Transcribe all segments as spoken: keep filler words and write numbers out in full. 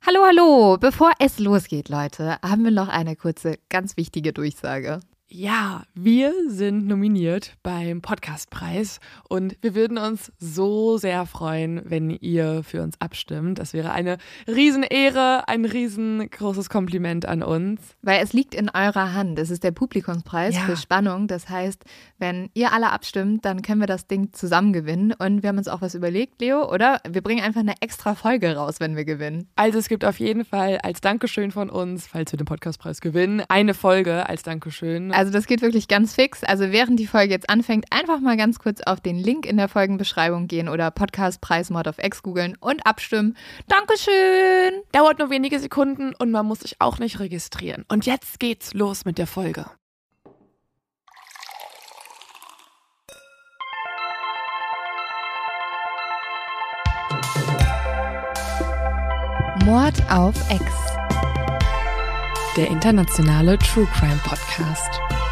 Hallo, hallo! Bevor es losgeht, Leute, haben wir noch eine kurze, ganz wichtige Durchsage. Ja, wir sind nominiert beim Podcastpreis und wir würden uns so sehr freuen, wenn ihr für uns abstimmt. Das wäre eine Riesenehre, ein riesengroßes Kompliment an uns. Weil es liegt in eurer Hand. Es ist der Publikumspreis Ja. für Spannung. Das heißt, wenn ihr alle abstimmt, dann können wir das Ding zusammen gewinnen. Und wir haben uns auch was überlegt, Leo, oder? Wir bringen einfach eine extra Folge raus, wenn wir gewinnen. Also es gibt auf jeden Fall als Dankeschön von uns, falls wir den Podcastpreis gewinnen, eine Folge als Dankeschön. Also das geht wirklich ganz fix. Also während die Folge jetzt anfängt, einfach mal ganz kurz auf den Link in der Folgenbeschreibung gehen oder Podcastpreis Mord of X googeln und abstimmen. Dankeschön! Dauert nur wenige Sekunden und man muss sich auch nicht registrieren. Und jetzt geht's los mit der Folge. Mord auf X. Der internationale True Crime Podcast.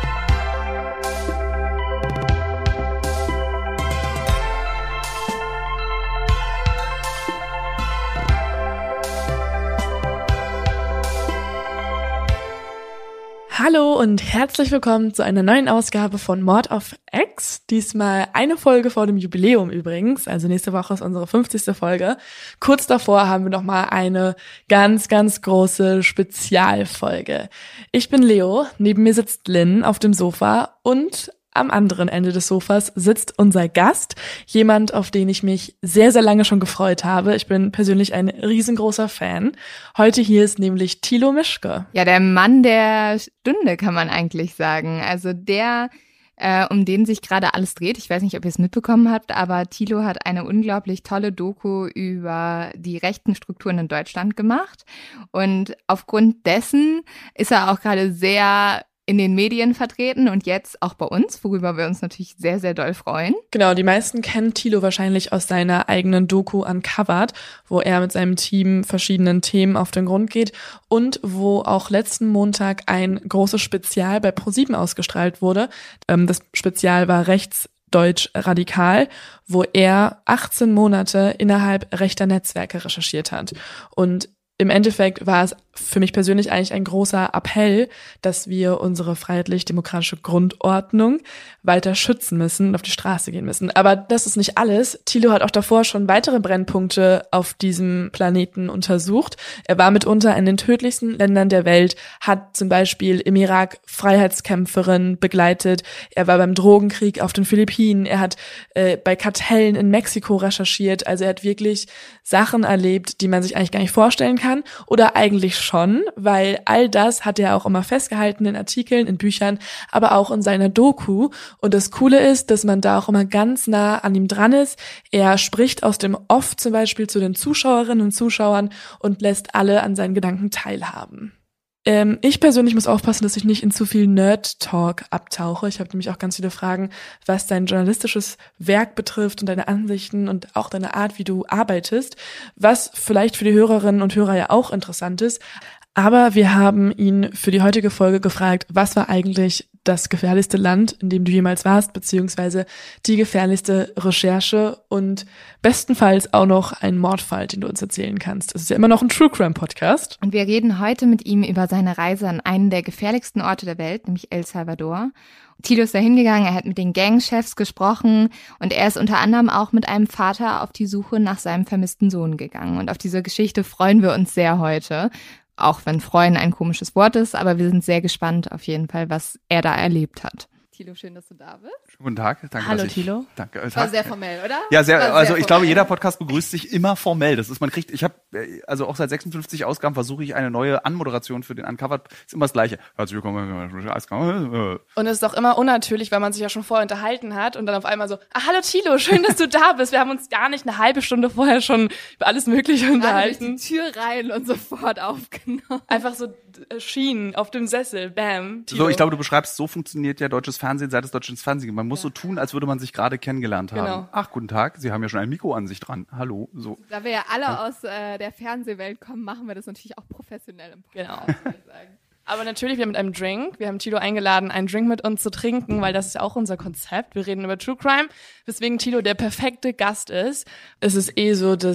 Hallo und herzlich willkommen zu einer neuen Ausgabe von Mord auf X. Diesmal eine Folge vor dem Jubiläum übrigens, also nächste Woche ist unsere fünfzigste Folge. Kurz davor haben wir nochmal eine ganz, ganz große Spezialfolge. Ich bin Leo, neben mir sitzt Lynn auf dem Sofa und am anderen Ende des Sofas sitzt unser Gast, jemand, auf den ich mich sehr, sehr lange schon gefreut habe. Ich bin persönlich ein riesengroßer Fan. Heute hier ist nämlich Thilo Mischke. Ja, der Mann der Stunde, kann man eigentlich sagen. Also der, äh, um den sich gerade alles dreht. Ich weiß nicht, ob ihr es mitbekommen habt, aber Thilo hat eine unglaublich tolle Doku über die rechten Strukturen in Deutschland gemacht. Und aufgrund dessen ist er auch gerade sehr in den Medien vertreten und jetzt auch bei uns, worüber wir uns natürlich sehr, sehr doll freuen. Genau, die meisten kennen Thilo wahrscheinlich aus seiner eigenen Doku Uncovered, wo er mit seinem Team verschiedenen Themen auf den Grund geht und wo auch letzten Montag ein großes Spezial bei ProSieben ausgestrahlt wurde. Das Spezial war Rechtsdeutsch radikal, wo er achtzehn Monate innerhalb rechter Netzwerke recherchiert hat. Und im Endeffekt war es für mich persönlich eigentlich ein großer Appell, dass wir unsere freiheitlich-demokratische Grundordnung weiter schützen müssen und auf die Straße gehen müssen. Aber das ist nicht alles. Thilo hat auch davor schon weitere Brennpunkte auf diesem Planeten untersucht. Er war mitunter in den tödlichsten Ländern der Welt, hat zum Beispiel im Irak Freiheitskämpferinnen begleitet. Er war beim Drogenkrieg auf den Philippinen. Er hat äh, bei Kartellen in Mexiko recherchiert. Also er hat wirklich Sachen erlebt, die man sich eigentlich gar nicht vorstellen kann. Oder eigentlich schon, weil all das hat er auch immer festgehalten in Artikeln, in Büchern, aber auch in seiner Doku. Und das Coole ist, dass man da auch immer ganz nah an ihm dran ist. Er spricht aus dem Off zum Beispiel zu den Zuschauerinnen und Zuschauern und lässt alle an seinen Gedanken teilhaben. Ähm, ich persönlich muss aufpassen, dass ich nicht in zu viel Nerd-Talk abtauche. Ich habe nämlich auch ganz viele Fragen, was dein journalistisches Werk betrifft und deine Ansichten und auch deine Art, wie du arbeitest, was vielleicht für die Hörerinnen und Hörer ja auch interessant ist. Aber wir haben ihn für die heutige Folge gefragt, was war eigentlich das gefährlichste Land, in dem du jemals warst, beziehungsweise die gefährlichste Recherche und bestenfalls auch noch einen Mordfall, den du uns erzählen kannst. Es ist ja immer noch ein True Crime Podcast. Und wir reden heute mit ihm über seine Reise an einen der gefährlichsten Orte der Welt, nämlich El Salvador. Thilo ist da hingegangen, er hat mit den Gangchefs gesprochen und er ist unter anderem auch mit einem Vater auf die Suche nach seinem vermissten Sohn gegangen. Und auf diese Geschichte freuen wir uns sehr heute. Auch wenn freuen ein komisches Wort ist, aber wir sind sehr gespannt auf jeden Fall, was er da erlebt hat. Thilo, schön, dass du da bist. Guten Tag. Danke, Hallo, dass ich, Thilo. Danke. Das war sehr formell, oder? Ja, sehr, sehr also ich formell. glaube, jeder Podcast begrüßt sich immer formell. Das ist, man kriegt, ich habe, also auch seit sechsundfünfzig Ausgaben versuche ich eine neue Anmoderation für den Uncovered. Ist immer das Gleiche. Herzlich willkommen. Und es ist auch immer unnatürlich, weil man sich ja schon vorher unterhalten hat und dann auf einmal so, ah, hallo Thilo, schön, dass du da bist. Wir haben uns gar nicht eine halbe Stunde vorher schon über alles Mögliche unterhalten. Durch die Tür rein und sofort aufgenommen. Einfach so erschienen auf dem Sessel, bam. Thilo. So, ich glaube, du beschreibst, so funktioniert ja deutsches Fernsehen, seit es deutsches Fernsehen gibt. Man muss ja so tun, als würde man sich gerade kennengelernt haben. Genau. Ach, guten Tag, Sie haben ja schon ein Mikro an sich dran. Hallo, so. Da wir ja alle aus äh, der Fernsehwelt kommen, machen wir das natürlich auch professionell im Podcast, Genau. würde ich sagen. Aber natürlich wieder mit einem Drink. Wir haben Thilo eingeladen, einen Drink mit uns zu trinken, weil das ist ja auch unser Konzept. Wir reden über True Crime, weswegen Thilo der perfekte Gast ist. Es ist eh so, dass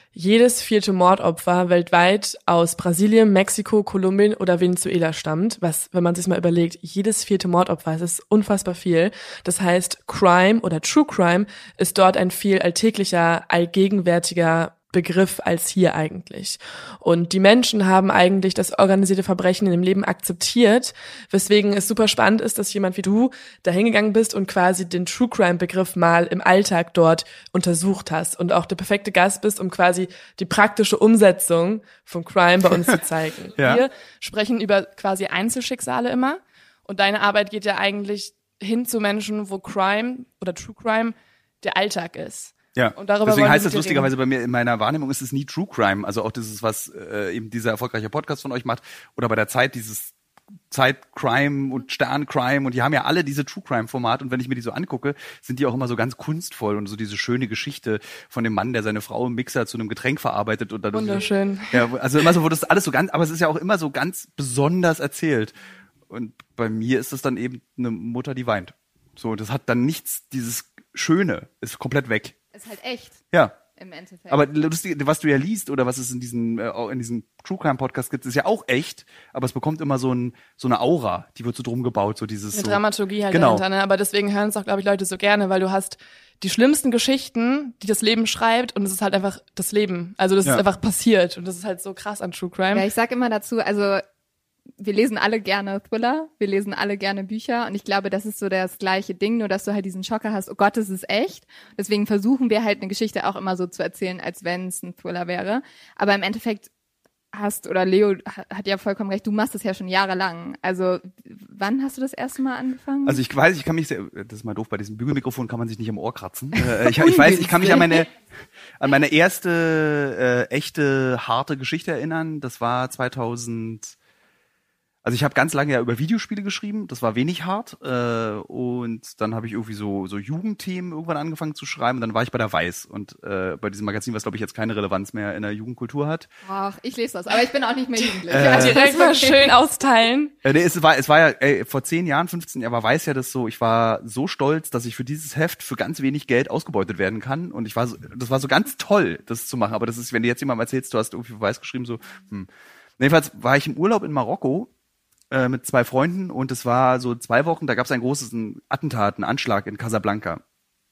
jedes vierte Mordopfer weltweit aus Brasilien, Mexiko, Kolumbien oder Venezuela stammt, was, wenn man sich mal überlegt, jedes vierte Mordopfer, das ist unfassbar viel. Das heißt, Crime oder True Crime ist dort ein viel alltäglicher, allgegenwärtiger Begriff als hier eigentlich. Und die Menschen haben eigentlich das organisierte Verbrechen in dem Leben akzeptiert, weswegen es super spannend ist, dass jemand wie du da hingegangen bist und quasi den True Crime Begriff mal im Alltag dort untersucht hast und auch der perfekte Gast bist, um quasi die praktische Umsetzung von Crime bei uns zu zeigen. Ja. Wir sprechen über quasi Einzelschicksale immer und deine Arbeit geht ja eigentlich hin zu Menschen, wo Crime oder True Crime der Alltag ist. Ja, und darüber deswegen wollen heißt wir das mit dir lustigerweise bei mir, in meiner Wahrnehmung ist es nie True Crime, also auch das ist, was äh, eben dieser erfolgreiche Podcast von euch macht, oder bei der Zeit dieses Zeit-Crime und Stern-Crime und die haben ja alle diese True-Crime-Formate und wenn ich mir die so angucke, sind die auch immer so ganz kunstvoll und so diese schöne Geschichte von dem Mann, der seine Frau im Mixer zu einem Getränk verarbeitet. Und dann Wunderschön. Ja, also immer so, wo das alles so ganz, aber es ist ja auch immer so ganz besonders erzählt. Und bei mir ist es dann eben eine Mutter, die weint. So, das hat dann nichts, dieses Schöne ist komplett weg. Ist halt echt. Ja. Im Endeffekt. Aber lustig, was du ja liest oder was es in diesen äh, in diesen True Crime Podcast gibt, ist ja auch echt, aber es bekommt immer so ein so eine Aura, die wird so drum gebaut, so dieses eine so, Dramaturgie halt genau. dahinter, ne? Aber deswegen hören es auch, glaube ich, Leute so gerne, weil du hast die schlimmsten Geschichten, die das Leben schreibt und es ist halt einfach das Leben. Also das Ja. ist einfach passiert und das ist halt so krass an True Crime. Ja, ich sag immer dazu, also wir lesen alle gerne Thriller, wir lesen alle gerne Bücher und ich glaube, das ist so das gleiche Ding, nur dass du halt diesen Schocker hast, oh Gott, das ist echt. Deswegen versuchen wir halt eine Geschichte auch immer so zu erzählen, als wenn es ein Thriller wäre. Aber im Endeffekt hast, oder Leo hat ja vollkommen recht, du machst das ja schon jahrelang. Also wann hast du das erste Mal angefangen? Also ich weiß, ich kann mich sehr, das ist mal doof, bei diesem Bügelmikrofon kann man sich nicht im Ohr kratzen. Äh, ich, ich weiß, ich kann mich an meine an meine erste äh, echte harte Geschichte erinnern. Das war zweitausend. Also ich habe ganz lange ja über Videospiele geschrieben, das war wenig hart äh, und dann habe ich irgendwie so so Jugendthemen irgendwann angefangen zu schreiben und dann war ich bei der Weiß und äh, bei diesem Magazin, was glaube ich jetzt keine Relevanz mehr in der Jugendkultur hat. Ach, ich lese das, aber ich bin auch nicht mehr jugendlich. Äh, also Direkt mal schön austeilen. Äh, nee, es war es war ja ey, vor zehn Jahren, fünfzehn Jahren war Weiß ja das so, ich war so stolz, dass ich für dieses Heft für ganz wenig Geld ausgebeutet werden kann und ich war so, das war so ganz toll, das zu machen, aber das ist, wenn du jetzt jemandem erzählst, du hast irgendwie für Weiß geschrieben, so hm. Jedenfalls war ich im Urlaub in Marokko mit zwei Freunden und es war so zwei Wochen, da gab es ein großes ein Attentat, einen Anschlag in Casablanca.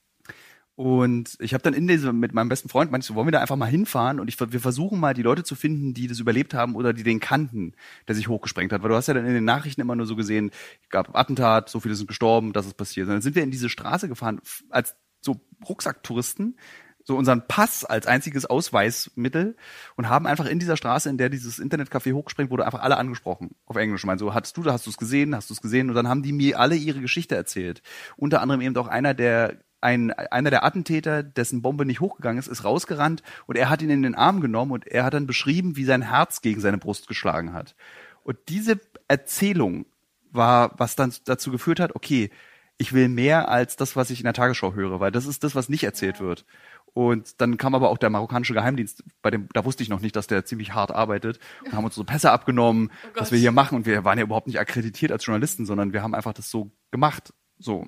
Und ich habe dann in diese, mit meinem besten Freund, meinte ich so, wollen wir da einfach mal hinfahren und ich, wir versuchen mal die Leute zu finden, die das überlebt haben oder die den kannten, der sich hochgesprengt hat. Weil du hast ja dann in den Nachrichten immer nur so gesehen, es gab Attentat, so viele sind gestorben, das ist passiert. Und dann sind wir in diese Straße gefahren als so Rucksacktouristen, so unseren Pass als einziges Ausweismittel und haben einfach in dieser Straße, in der dieses Internetcafé hochgesprengt wurde, einfach alle angesprochen auf Englisch. Ich meine, so, hattest du, hast du es gesehen, hast du es gesehen? Und dann haben die mir alle ihre Geschichte erzählt. Unter anderem eben auch einer der ein einer der Attentäter, dessen Bombe nicht hochgegangen ist, ist rausgerannt und er hat ihn in den Arm genommen und er hat dann beschrieben, wie sein Herz gegen seine Brust geschlagen hat. Und diese Erzählung war, was dann dazu geführt hat, okay, ich will mehr als das, was ich in der Tagesschau höre, weil das ist das, was nicht erzählt wird. Und dann kam aber auch der marokkanische Geheimdienst, bei dem, da wusste ich noch nicht, dass der ziemlich hart arbeitet und haben uns so Pässe abgenommen, oh was wir hier machen. Und wir waren ja überhaupt nicht akkreditiert als Journalisten, sondern wir haben einfach das so gemacht. So.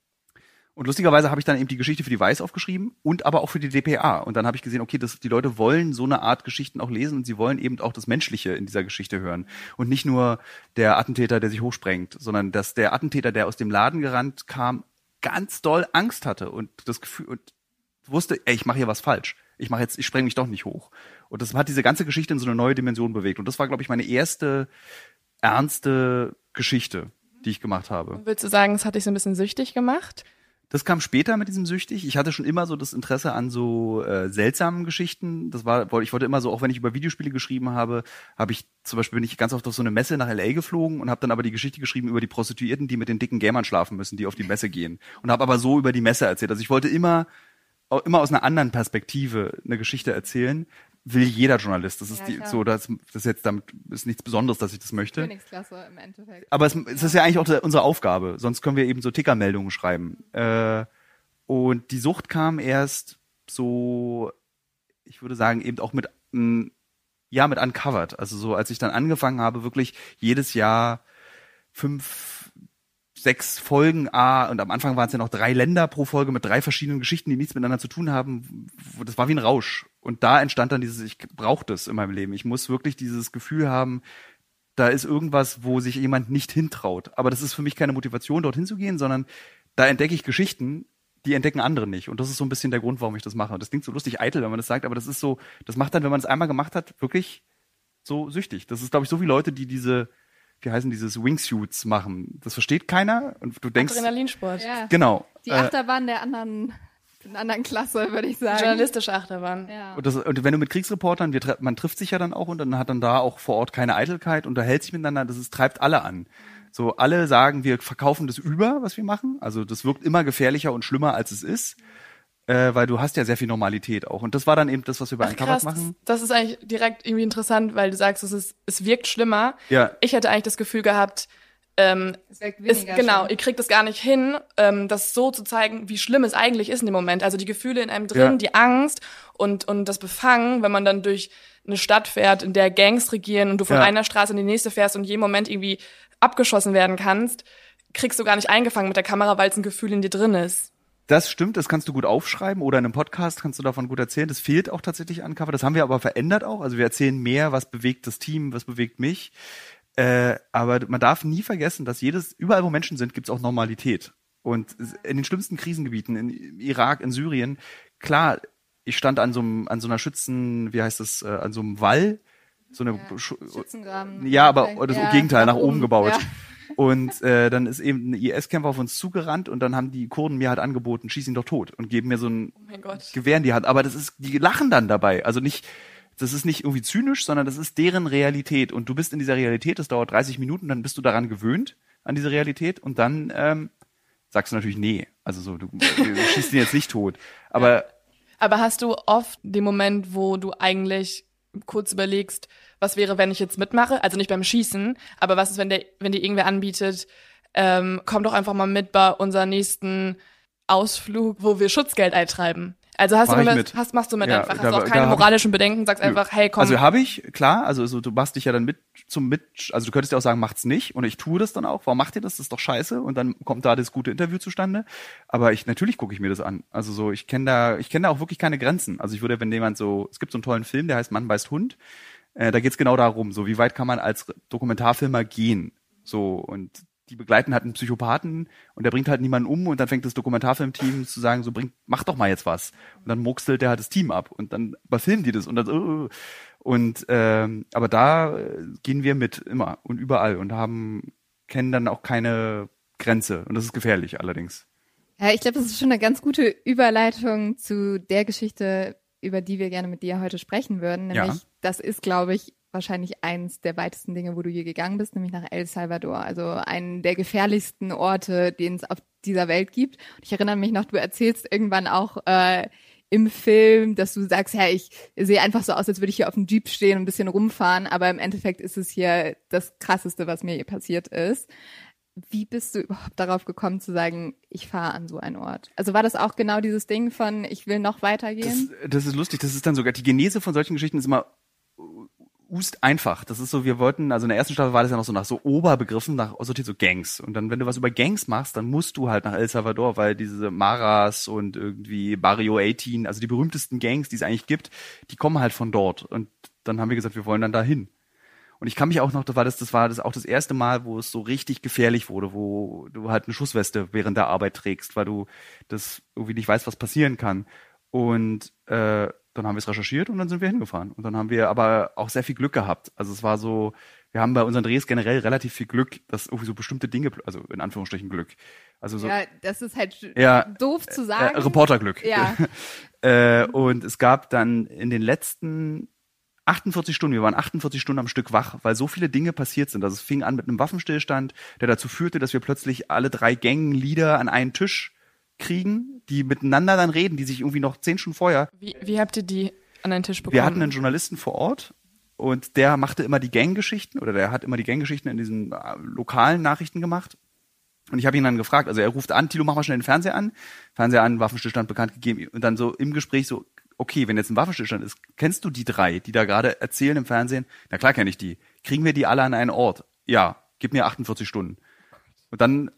Und lustigerweise habe ich dann eben die Geschichte für die Weiß aufgeschrieben und aber auch für die D P A. Und dann habe ich gesehen, okay, das, die Leute wollen so eine Art Geschichten auch lesen und sie wollen eben auch das Menschliche in dieser Geschichte hören. Und nicht nur der Attentäter, der sich hochsprengt, sondern dass der Attentäter, der aus dem Laden gerannt kam, ganz doll Angst hatte und das Gefühl und wusste, ey, ich mache hier was falsch. Ich mache jetzt, ich spreng mich doch nicht hoch. Und das hat diese ganze Geschichte in so eine neue Dimension bewegt. Und das war, glaube ich, meine erste ernste Geschichte, die ich gemacht habe. Und willst du sagen, es hat dich so ein bisschen süchtig gemacht? Das kam später mit diesem süchtig. Ich hatte schon immer so das Interesse an so äh, seltsamen Geschichten. Das war, ich wollte immer so, auch wenn ich über Videospiele geschrieben habe, habe ich zum Beispiel bin ich ganz oft auf so eine Messe nach L A geflogen und habe dann aber die Geschichte geschrieben über die Prostituierten, die mit den dicken Gamern schlafen müssen, die auf die Messe gehen. Und habe aber so über die Messe erzählt. Also ich wollte immer auch immer aus einer anderen Perspektive eine Geschichte erzählen, will jeder Journalist. Das ist ja, die, klar. so, das, das ist jetzt damit ist nichts Besonderes, dass ich das möchte. Königsklasse im Endeffekt. Aber es, es ist ja eigentlich auch der, unsere Aufgabe. Sonst können wir eben so Tickermeldungen schreiben. Äh, und die Sucht kam erst so, ich würde sagen, eben auch mit, m, ja, mit Uncovered. Also so, als ich dann angefangen habe, wirklich jedes Jahr fünf sechs Folgen, ah, und am Anfang waren es ja noch drei Länder pro Folge mit drei verschiedenen Geschichten, die nichts miteinander zu tun haben. Das war wie ein Rausch. Und da entstand dann dieses, ich brauche das in meinem Leben. Ich muss wirklich dieses Gefühl haben, da ist irgendwas, wo sich jemand nicht hintraut. Aber das ist für mich keine Motivation, dorthin zu gehen, sondern da entdecke ich Geschichten, die entdecken andere nicht. Und das ist so ein bisschen der Grund, warum ich das mache. Das klingt so lustig eitel, wenn man das sagt, aber das ist so, das macht dann, wenn man es einmal gemacht hat, wirklich so süchtig. Das ist, glaube ich, so viele Leute, die diese, wie heißen dieses Wingsuits machen. Das versteht keiner und du denkst. Adrenalinsport. Ja. Genau. Die Achterbahn der anderen, der anderen Klasse, würde ich sagen. Journalistische Achterbahn. Ja. Und, das, und wenn du mit Kriegsreportern, wir, man trifft sich ja dann auch und dann hat dann da auch vor Ort keine Eitelkeit, unterhält sich miteinander, das ist, treibt alle an. So, alle sagen, wir verkaufen das über, was wir machen. Also das wirkt immer gefährlicher und schlimmer, als es ist. Äh, weil du hast ja sehr viel Normalität auch. Und das war dann eben das, was wir bei Ach, Uncovered krass, machen. Das ist eigentlich direkt irgendwie interessant, weil du sagst, es ist, es wirkt schlimmer. Ja. Ich hätte eigentlich das Gefühl gehabt, ähm, Es wirkt ist, weniger genau, schlimm. ihr kriegt es gar nicht hin, ähm, das so zu zeigen, wie schlimm es eigentlich ist in dem Moment. Also die Gefühle in einem drin, Ja. die Angst und und das Befangen, wenn man dann durch eine Stadt fährt, in der Gangs regieren und du von Ja. einer Straße in die nächste fährst und jeden Moment irgendwie abgeschossen werden kannst, kriegst du gar nicht eingefangen mit der Kamera, weil es ein Gefühl in dir drin ist. Das stimmt, das kannst du gut aufschreiben oder in einem Podcast kannst du davon gut erzählen. Das fehlt auch tatsächlich an Cover. Das haben wir aber verändert auch. Also wir erzählen mehr, was bewegt das Team, was bewegt mich. Äh, aber man darf nie vergessen, dass jedes, überall wo Menschen sind, gibt's auch Normalität. Und in den schlimmsten Krisengebieten, in Irak, in Syrien, klar, ich stand an so einem, an so einer Schützen, wie heißt das, äh, an so einem Wall, so eine, Ja, Sch- Schützengraben. ja, aber das Ja, Gegenteil, nach oben gebaut. Ja. Und äh, dann ist eben ein I S-Kämpfer auf uns zugerannt und dann haben die Kurden mir halt angeboten, schieß ihn doch tot und geben mir so ein Oh mein Gott. Gewehr in die Hand. Aber das ist, die lachen dann dabei. Also nicht, das ist nicht irgendwie zynisch, sondern das ist deren Realität. Und du bist in dieser Realität, das dauert dreißig Minuten, dann bist du daran gewöhnt, an diese Realität. Und dann ähm, sagst du natürlich, nee. Also so, du, du schießt ihn jetzt nicht tot. Aber Aber hast du oft den Moment, wo du eigentlich kurz überlegst, was wäre, wenn ich jetzt mitmache? Also nicht beim Schießen, aber was ist, wenn der, wenn dir irgendwer anbietet, ähm, komm doch einfach mal mit bei unserem nächsten Ausflug, wo wir Schutzgeld eintreiben. Also hast Mach du ich mit, mit. hast, machst du mit Ja, einfach, da- hast du auch da keine hab ich- moralischen Bedenken, sagst einfach, hey, komm. Also habe ich, klar, also, also du machst dich ja dann mit zum mit, also du könntest ja auch sagen, macht's nicht und ich tue das dann auch. Warum macht ihr das? Das ist doch scheiße und dann kommt da das gute Interview zustande. Aber ich natürlich gucke ich mir das an. Also so, ich kenne da, ich kenne da auch wirklich keine Grenzen. Also ich würde, wenn jemand so, es gibt so einen tollen Film, der heißt Mann beißt Hund. Äh, da geht's genau darum, so wie weit kann man als Dokumentarfilmer gehen. So und die begleiten halt einen Psychopathen und der bringt halt niemanden um und dann fängt das Dokumentarfilmteam zu sagen, so bringt, mach doch mal jetzt was. Und dann murkstelt der halt das Team ab und dann überfilmen die das und dann uh, und ähm, aber da äh, gehen wir mit immer und überall und haben kennen dann auch keine Grenze und das ist gefährlich allerdings. Ja, ich glaube, das ist schon eine ganz gute Überleitung zu der Geschichte, über die wir gerne mit dir heute sprechen würden. Nämlich, Ja. das ist, glaube ich, wahrscheinlich eins der weitesten Dinge, wo du je gegangen bist, nämlich nach El Salvador. Also einen der gefährlichsten Orte, den es auf dieser Welt gibt. Und ich erinnere mich noch, du erzählst irgendwann auch äh, im Film, dass du sagst, ja, ich sehe einfach so aus, als würde ich hier auf dem Jeep stehen und ein bisschen rumfahren, aber im Endeffekt ist es hier das Krasseste, was mir je passiert ist. Wie bist du überhaupt darauf gekommen zu sagen, ich fahre an so einen Ort? Also war das auch genau dieses Ding von, ich will noch weitergehen? Das, das ist lustig, das ist dann sogar, die Genese von solchen Geschichten ist immer ust einfach. Das ist so, wir wollten, also in der ersten Staffel war das ja noch so nach so Oberbegriffen, nach sortiert so Gangs. Und dann, wenn du was über Gangs machst, dann musst du halt nach El Salvador, weil diese Maras und irgendwie Barrio achtzehn, also die berühmtesten Gangs, die es eigentlich gibt, die kommen halt von dort. Und dann haben wir gesagt, wir wollen dann da hin. Und ich kann mich auch noch, das war das, das war das auch das erste Mal, wo es so richtig gefährlich wurde, wo du halt eine Schussweste während der Arbeit trägst, weil du das irgendwie nicht weißt, was passieren kann. Und äh, dann haben wir es recherchiert und dann sind wir hingefahren. Und dann haben wir aber auch sehr viel Glück gehabt. Also es war so, wir haben bei unseren Drehs generell relativ viel Glück, dass irgendwie so bestimmte Dinge, also in Anführungsstrichen Glück. Also so Ja, das ist halt Ja, doof zu sagen. äh, Reporterglück. Ja. äh, und es gab dann in den letzten achtundvierzig Stunden, wir waren achtundvierzig Stunden am Stück wach, weil so viele Dinge passiert sind. Also es fing an mit einem Waffenstillstand, der dazu führte, dass wir plötzlich alle drei Gangleader an einen Tisch kriegen, die miteinander dann reden, die sich irgendwie noch zehn Stunden vorher. Wie, wie habt ihr die an den Tisch bekommen? Wir hatten einen Journalisten vor Ort und der machte immer die Ganggeschichten oder der hat immer die Ganggeschichten in diesen äh, lokalen Nachrichten gemacht. Und ich habe ihn dann gefragt, also er ruft an, Tilo, mach mal schnell den Fernseher an. Fernseher an, Waffenstillstand bekannt gegeben und dann so im Gespräch so, okay, wenn jetzt ein Waffenstillstand ist, kennst du die drei, die da gerade erzählen im Fernsehen? Na klar kenne ich die. Kriegen wir die alle an einen Ort? Ja, gib mir achtundvierzig Stunden. Und dann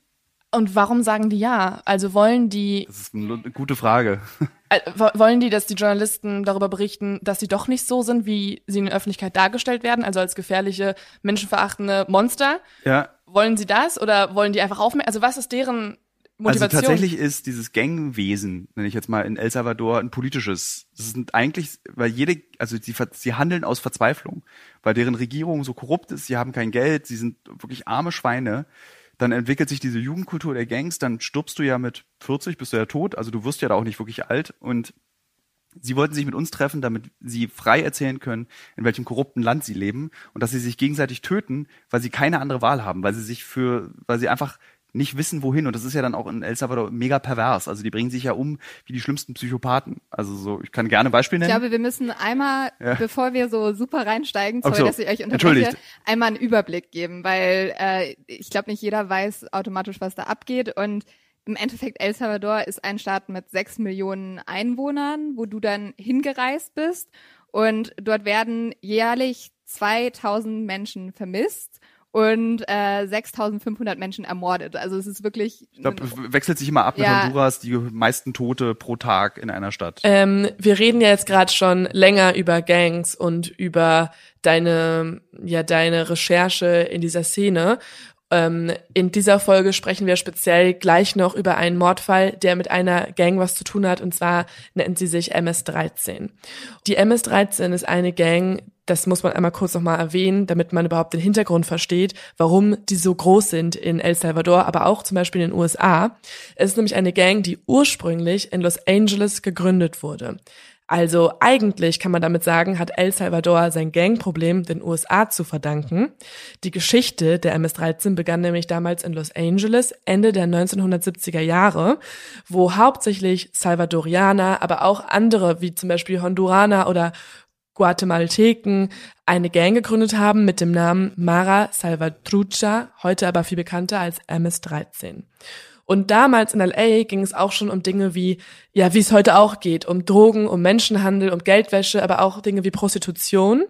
Und warum sagen die ja? Also wollen die... Das ist eine gute Frage. Äh, wollen die, dass die Journalisten darüber berichten, dass sie doch nicht so sind, wie sie in der Öffentlichkeit dargestellt werden, also als gefährliche, menschenverachtende Monster? Ja. Wollen sie das oder wollen die einfach aufmerken? Also was ist deren Motivation? Also tatsächlich ist dieses Gangwesen, nenne ich jetzt mal, in El Salvador ein politisches. Das sind eigentlich, weil jede, also sie, sie handeln aus Verzweiflung, weil deren Regierung so korrupt ist, sie haben kein Geld, sie sind wirklich arme Schweine. Dann entwickelt sich diese Jugendkultur der Gangs, dann stirbst du ja mit vierzig, bist du ja tot, also du wirst ja da auch nicht wirklich alt und sie wollten sich mit uns treffen, damit sie frei erzählen können, in welchem korrupten Land sie leben und dass sie sich gegenseitig töten, weil sie keine andere Wahl haben, weil sie sich für, weil sie einfach nicht wissen, wohin. Und das ist ja dann auch in El Salvador mega pervers. Also die bringen sich ja um wie die schlimmsten Psychopathen. Also so, ich kann gerne ein Beispiel nennen. Ich glaube, wir müssen einmal, ja. bevor wir so super reinsteigen, sorry, so. dass ich euch unterbreche, einmal einen Überblick geben, weil äh, ich glaube, nicht jeder weiß automatisch, was da abgeht. Und im Endeffekt, El Salvador ist ein Staat mit sechs Millionen Einwohnern, wo du dann hingereist bist. Und dort werden jährlich zweitausend Menschen vermisst. Und äh, sechstausendfünfhundert Menschen ermordet. Also es ist wirklich... Ich glaube, es wechselt sich immer ab mit ja. Honduras, die meisten Tote pro Tag in einer Stadt. Ähm, wir reden ja jetzt gerade schon länger über Gangs und über deine, ja, deine Recherche in dieser Szene. Ähm, in dieser Folge sprechen wir speziell gleich noch über einen Mordfall, der mit einer Gang was zu tun hat, und zwar nennt sie sich M S dreizehn. Die M S dreizehn ist eine Gang, das muss man einmal kurz nochmal erwähnen, damit man überhaupt den Hintergrund versteht, warum die so groß sind in El Salvador, aber auch zum Beispiel in den U S A. Es ist nämlich eine Gang, die ursprünglich in Los Angeles gegründet wurde. Also eigentlich kann man damit sagen, hat El Salvador sein Gangproblem den U S A zu verdanken. Die Geschichte der M S dreizehn begann nämlich damals in Los Angeles, Ende der neunzehnhundertsiebziger Jahre, wo hauptsächlich Salvadorianer, aber auch andere, wie zum Beispiel Honduraner oder Guatemalteken, eine Gang gegründet haben mit dem Namen Mara Salvatrucha, heute aber viel bekannter als M S dreizehn. Und damals in L A ging es auch schon um Dinge wie, ja, wie es heute auch geht, um Drogen, um Menschenhandel, um Geldwäsche, aber auch Dinge wie Prostitution.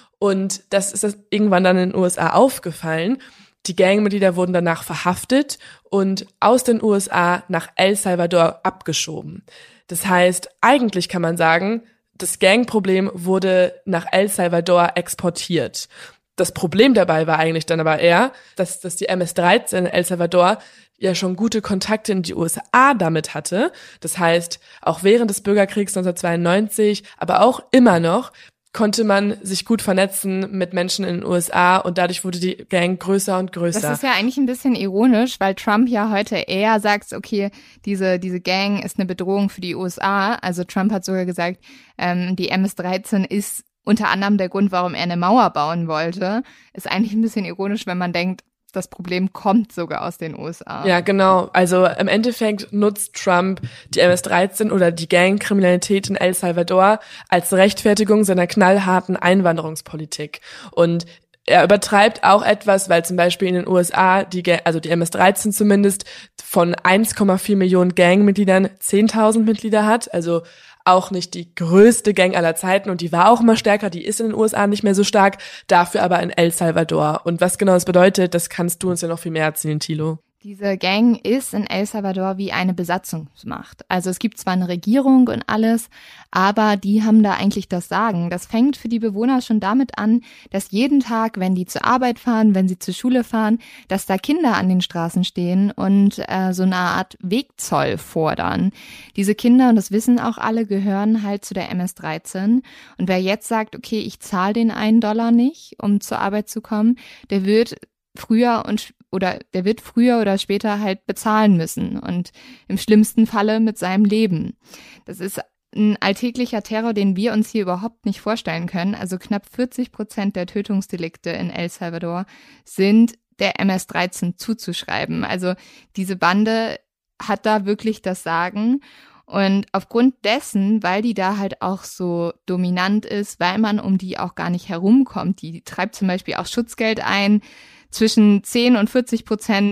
Und das ist das irgendwann dann in den U S A aufgefallen. Die Gangmitglieder wurden danach verhaftet und aus den U S A nach El Salvador abgeschoben. Das heißt, eigentlich kann man sagen, das Gangproblem wurde nach El Salvador exportiert. Das Problem dabei war eigentlich dann aber eher, dass, dass die M S dreizehn in El Salvador ja schon gute Kontakte in die U S A damit hatte. Das heißt, auch während des Bürgerkriegs neunzehnhundertzweiundneunzig, aber auch immer noch, konnte man sich gut vernetzen mit Menschen in den U S A und dadurch wurde die Gang größer und größer. Das ist ja eigentlich ein bisschen ironisch, weil Trump ja heute eher sagt, okay, diese diese Gang ist eine Bedrohung für die U S A. Also Trump hat sogar gesagt, ähm, die M S dreizehn ist unter anderem der Grund, warum er eine Mauer bauen wollte. Ist eigentlich ein bisschen ironisch, wenn man denkt, das Problem kommt sogar aus den U S A. Ja, genau. Also im Endeffekt nutzt Trump die M S dreizehn oder die Gangkriminalität in El Salvador als Rechtfertigung seiner knallharten Einwanderungspolitik. Und er übertreibt auch etwas, weil zum Beispiel in den U S A, die, also die M S dreizehn zumindest, von eins Komma vier Millionen Gangmitgliedern zehntausend Mitglieder hat. Also auch nicht die größte Gang aller Zeiten und die war auch immer stärker, die ist in den U S A nicht mehr so stark, dafür aber in El Salvador. Und was genau das bedeutet, das kannst du uns ja noch viel mehr erzählen, Thilo. Diese Gang ist in El Salvador wie eine Besatzungsmacht. Also es gibt zwar eine Regierung und alles, aber die haben da eigentlich das Sagen. Das fängt für die Bewohner schon damit an, dass jeden Tag, wenn die zur Arbeit fahren, wenn sie zur Schule fahren, dass da Kinder an den Straßen stehen und äh, so eine Art Wegzoll fordern. Diese Kinder, und das wissen auch alle, gehören halt zu der M S dreizehn. Und wer jetzt sagt, okay, ich zahle den einen Dollar nicht, um zur Arbeit zu kommen, der wird früher und oder der wird früher oder später halt bezahlen müssen und im schlimmsten Falle mit seinem Leben. Das ist ein alltäglicher Terror, den wir uns hier überhaupt nicht vorstellen können. Also knapp vierzig Prozent der Tötungsdelikte in El Salvador sind der M S dreizehn zuzuschreiben. Also diese Bande hat da wirklich das Sagen. Und aufgrund dessen, weil die da halt auch so dominant ist, weil man um die auch gar nicht herumkommt, die treibt zum Beispiel auch Schutzgeld ein, zwischen zehn und vierzig Prozent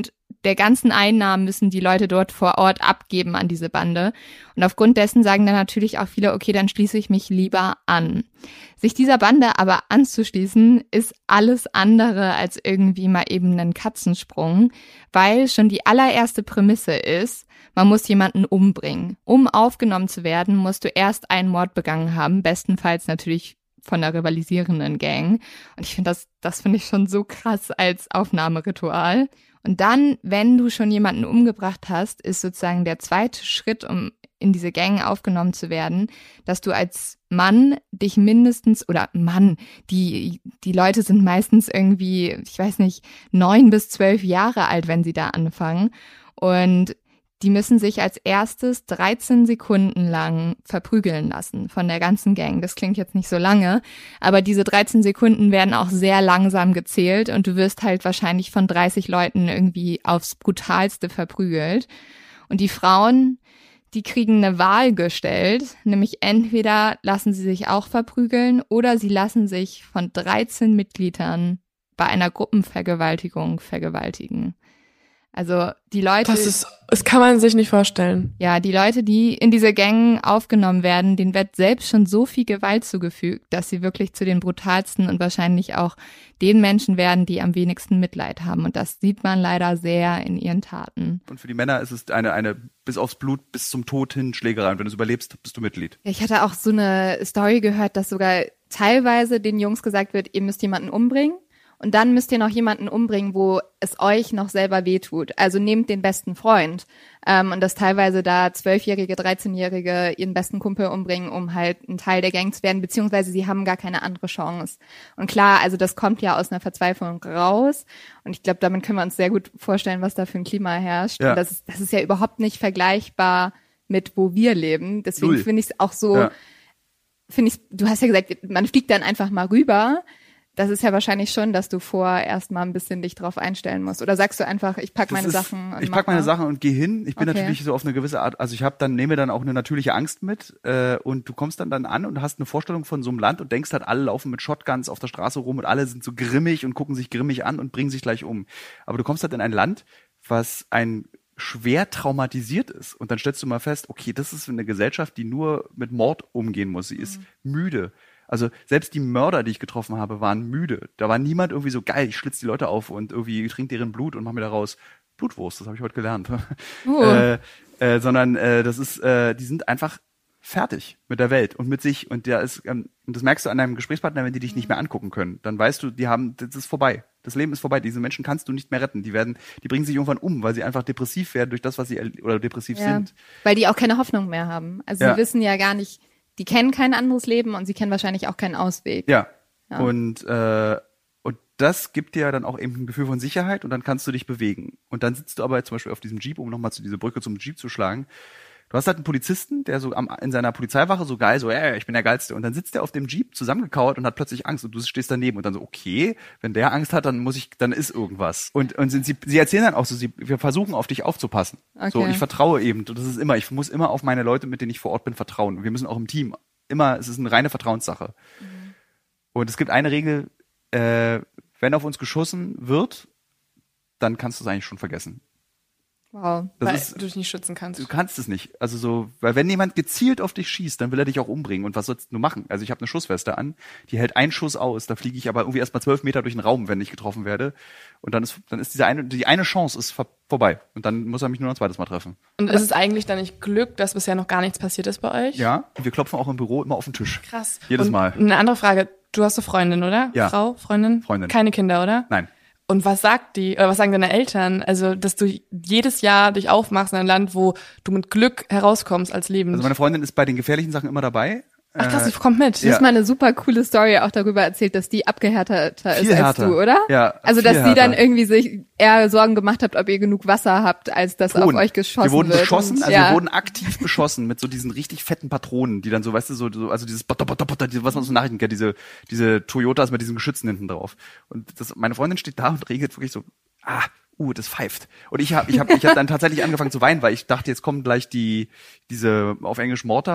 der ganzen Einnahmen müssen die Leute dort vor Ort abgeben an diese Bande. Und aufgrund dessen sagen dann natürlich auch viele, okay, dann schließe ich mich lieber an. Sich dieser Bande aber anzuschließen, ist alles andere als irgendwie mal eben ein Katzensprung, weil schon die allererste Prämisse ist, man muss jemanden umbringen. Um aufgenommen zu werden, musst du erst einen Mord begangen haben, bestenfalls natürlich von der rivalisierenden Gang. Und ich finde, das, das finde ich schon so krass als Aufnahmeritual. Und dann, wenn du schon jemanden umgebracht hast, ist sozusagen der zweite Schritt, um in diese Gang aufgenommen zu werden, dass du als Mann dich mindestens, oder Mann, die, die Leute sind meistens irgendwie, ich weiß nicht, neun bis zwölf Jahre alt, wenn sie da anfangen. Und die müssen sich als erstes dreizehn Sekunden lang verprügeln lassen von der ganzen Gang. Das klingt jetzt nicht so lange, aber diese dreizehn Sekunden werden auch sehr langsam gezählt und du wirst halt wahrscheinlich von dreißig Leuten irgendwie aufs Brutalste verprügelt. Und die Frauen, die kriegen eine Wahl gestellt, nämlich entweder lassen sie sich auch verprügeln oder sie lassen sich von dreizehn Mitgliedern bei einer Gruppenvergewaltigung vergewaltigen. Also die Leute, das ist, das kann man sich nicht vorstellen. Ja, die Leute, die in diese Gang aufgenommen werden, denen wird selbst schon so viel Gewalt zugefügt, dass sie wirklich zu den brutalsten und wahrscheinlich auch den Menschen werden, die am wenigsten Mitleid haben. Und das sieht man leider sehr in ihren Taten. Und für die Männer ist es eine, eine bis aufs Blut, bis zum Tod hin Schlägerei. Und wenn du es überlebst, bist du Mitglied. Ich hatte auch so eine Story gehört, dass sogar teilweise den Jungs gesagt wird, ihr müsst jemanden umbringen. Und dann müsst ihr noch jemanden umbringen, wo es euch noch selber wehtut. Also nehmt den besten Freund. Ähm, und dass teilweise da Zwölfjährige, dreizehnjährige ihren besten Kumpel umbringen, um halt ein Teil der Gang zu werden, beziehungsweise sie haben gar keine andere Chance. Und klar, also das kommt ja aus einer Verzweiflung raus. Und ich glaube, damit können wir uns sehr gut vorstellen, was da für ein Klima herrscht. Ja. Und das ist, das ist ja überhaupt nicht vergleichbar mit, wo wir leben. Deswegen finde ich es auch so, ja. finde ich, du hast ja gesagt, man fliegt dann einfach mal rüber. Das ist ja wahrscheinlich schon, dass du vorher erstmal ein bisschen dich drauf einstellen musst. Oder sagst du einfach, ich pack meine ist, Sachen und Ich pack meine Sachen und gehe hin. Ich bin okay. natürlich so auf eine gewisse Art, also ich habe dann, nehme dann auch eine natürliche Angst mit äh, und du kommst dann dann an und hast eine Vorstellung von so einem Land und denkst halt, alle laufen mit Shotguns auf der Straße rum und alle sind so grimmig und gucken sich grimmig an und bringen sich gleich um. Aber du kommst halt in ein Land, was ein schwer traumatisiert ist. Und dann stellst du mal fest, okay, das ist eine Gesellschaft, die nur mit Mord umgehen muss. Sie ist mhm. müde. Also selbst die Mörder, die ich getroffen habe, waren müde. Da war niemand irgendwie so, geil, ich schlitze die Leute auf und irgendwie trinke deren Blut und mache mir daraus Blutwurst. Das habe ich heute gelernt. Uh. äh, äh, sondern äh, das ist, äh, die sind einfach fertig mit der Welt und mit sich. Und der ist, ähm, und das merkst du an deinem Gesprächspartner, wenn die dich nicht mehr angucken können. Dann weißt du, die haben, das ist vorbei. Das Leben ist vorbei. Diese Menschen kannst du nicht mehr retten. Die werden, die bringen sich irgendwann um, weil sie einfach depressiv werden durch das, was sie oder depressiv ja, sind. Weil die auch keine Hoffnung mehr haben. Also ja. sie wissen ja gar nicht. Die kennen kein anderes Leben und sie kennen wahrscheinlich auch keinen Ausweg. Ja. ja. Und, äh, und das gibt dir dann auch eben ein Gefühl von Sicherheit und dann kannst du dich bewegen. Und dann sitzt du aber zum Beispiel auf diesem Jeep, um nochmal zu dieser Brücke zum Jeep zu schlagen. Du hast halt einen Polizisten, der so am, in seiner Polizeiwache so geil, so, ey, ich bin der Geilste. Und dann sitzt der auf dem Jeep zusammengekauert und hat plötzlich Angst und du stehst daneben und dann so, okay, wenn der Angst hat, dann muss ich, dann ist irgendwas. Und, und sie, sie erzählen dann auch so, sie, wir versuchen auf dich aufzupassen. Okay. So, ich vertraue eben, das ist immer, ich muss immer auf meine Leute, mit denen ich vor Ort bin, vertrauen. Und wir müssen auch im Team immer, es ist eine reine Vertrauenssache. Mhm. Und es gibt eine Regel, äh, wenn auf uns geschossen wird, dann kannst du es eigentlich schon vergessen. Wow. Das weil ist, du dich nicht schützen kannst. Du kannst es nicht. Also so, weil wenn jemand gezielt auf dich schießt, dann will er dich auch umbringen. Und was sollst du machen? Also ich habe eine Schussweste an, die hält einen Schuss aus. Da fliege ich aber irgendwie erst mal zwölf Meter durch den Raum, wenn ich getroffen werde. Und dann ist, dann ist diese eine, die eine Chance ist vor, vorbei. Und dann muss er mich nur noch ein zweites Mal treffen. Und ist es eigentlich dann nicht Glück, dass bisher noch gar nichts passiert ist bei euch? Ja. Und wir klopfen auch im Büro immer auf den Tisch. Krass. Jedes und Mal. Eine andere Frage. Du hast eine Freundin, oder? Ja. Frau, Freundin? Freundin. Keine Kinder, oder? Nein. Und was sagt die, oder was sagen deine Eltern? Also, dass du jedes Jahr dich aufmachst in ein Land, wo du mit Glück herauskommst als Lebend. Also meine Freundin ist bei den gefährlichen Sachen immer dabei. Ach krass, die kommt mit. Du hast mal eine super coole Story auch darüber erzählt, dass die abgehärteter ist härter. als du, oder? Ja. Also, dass härter. sie dann irgendwie sich eher Sorgen gemacht habt, ob ihr genug Wasser habt, als dass Ton. auf euch geschossen wird. Wir wurden wird. beschossen, Und, also ja. wir wurden aktiv beschossen mit so diesen richtig fetten Patronen, die dann so, weißt du, so, so also dieses Botter, Botter, Botter, was man so Nachrichten kennt, diese, diese Toyotas mit diesen Geschützen hinten drauf. Und das, meine Freundin steht da und regelt wirklich so, ah, uh, das pfeift. Und ich habe ich hab, ich hab dann tatsächlich angefangen zu weinen, weil ich dachte, jetzt kommen gleich die, diese, auf Englisch Mortar,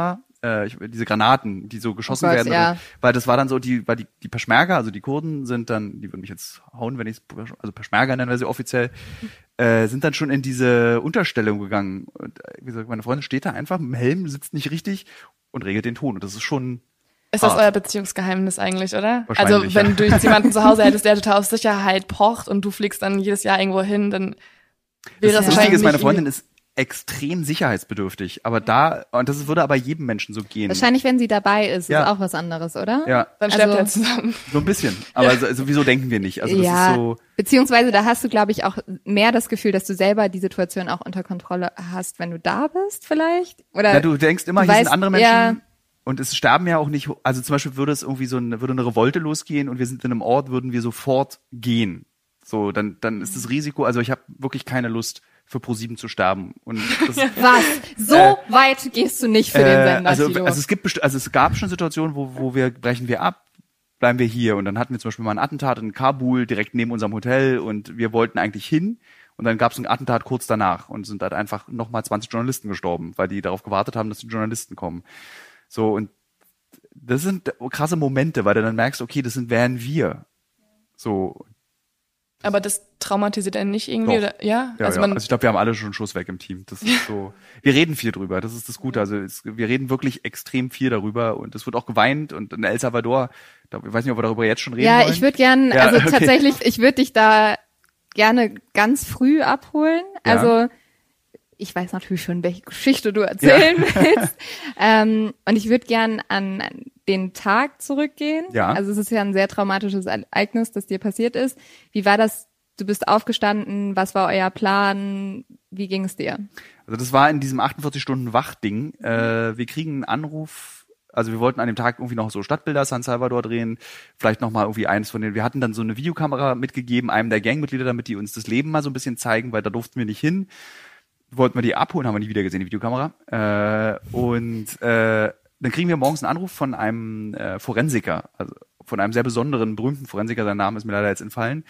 äh, ich, diese Granaten, die so geschossen Oh Gott, werden. ja. Oder, weil das war dann so, die, weil die, die Peschmerga, also die Kurden sind dann, die würden mich jetzt hauen, wenn ich es, also Peschmerga nennen wir sie offiziell, äh, sind dann schon in diese Unterstellung gegangen. Und äh, wie gesagt, meine Freundin steht da einfach mit dem Helm, sitzt nicht richtig und regelt den Ton. Und das ist schon Ist das hart. euer Beziehungsgeheimnis eigentlich, oder? Wahrscheinlich, Also wenn ja. du jetzt jemanden zu Hause hättest, der total auf Sicherheit pocht und du fliegst dann jedes Jahr irgendwo hin, dann wäre das Das Lustige wahrscheinlich ist, meine nicht Freundin ist extrem sicherheitsbedürftig. Aber da, und das würde aber jedem Menschen so gehen. Wahrscheinlich, wenn sie dabei ist, Ja. ist auch was anderes, oder? Ja, Dann sterbt Also- er zusammen. so ein bisschen. Aber so, sowieso denken wir nicht. Also das ja, ist so. beziehungsweise da hast du, glaube ich, auch mehr das Gefühl, dass du selber die Situation auch unter Kontrolle hast, wenn du da bist vielleicht. Oder Na, du denkst immer, du hier weißt, sind andere Menschen. ja. Und es sterben ja auch nicht, also zum Beispiel würde es irgendwie so eine, würde eine Revolte losgehen und wir sind in einem Ort, würden wir sofort gehen. So, dann, dann ist das Risiko, also ich habe wirklich keine Lust, für ProSieben zu sterben. Und das, Was? So Äh, weit gehst du nicht für äh, den Sender, also, Thilo. also es gibt, best- also es gab schon Situationen, wo, wo wir brechen wir ab, bleiben wir hier. Und dann hatten wir zum Beispiel mal ein Attentat in Kabul, direkt neben unserem Hotel und wir wollten eigentlich hin. Und dann gab es ein Attentat kurz danach und sind halt einfach nochmal zwanzig Journalisten gestorben, weil die darauf gewartet haben, dass die Journalisten kommen. So, und das sind krasse Momente, weil du dann merkst, okay, das sind, wären wir. So. Aber das traumatisiert einen nicht irgendwie, Doch. oder? Ja? Ja, also ja. man, also ich glaube, wir haben alle schon einen Schuss weg im Team. Das ist so. Wir reden viel drüber. Das ist das Gute. Also es, wir reden wirklich extrem viel darüber und es wird auch geweint und in El Salvador, da, ich weiß nicht, ob wir darüber jetzt schon reden ja, wollen. ich würde gern, Ja, also okay. tatsächlich, ich würde dich da gerne ganz früh abholen. Ja. Also ich weiß natürlich schon, welche Geschichte du erzählen willst. Ähm, und ich würde gern an den Tag zurückgehen. Ja. Also es ist ja ein sehr traumatisches Ereignis, das dir passiert ist. Wie war das? Du bist aufgestanden. Was war euer Plan? Wie ging es dir? Also das war in diesem achtundvierzig Stunden Wachding. Äh, wir kriegen einen Anruf. Also wir wollten an dem Tag irgendwie noch so Stadtbilder San Salvador drehen, vielleicht noch mal irgendwie eins von den. Wir hatten dann so eine Videokamera mitgegeben, einem der Gangmitglieder, damit die uns das Leben mal so ein bisschen zeigen, weil da durften wir nicht hin. Wollten wir die abholen, haben wir nie wieder gesehen, die Videokamera. Äh, und äh, dann kriegen wir morgens einen Anruf von einem äh, Forensiker, also von einem sehr besonderen, berühmten Forensiker, sein Name ist mir leider jetzt entfallen,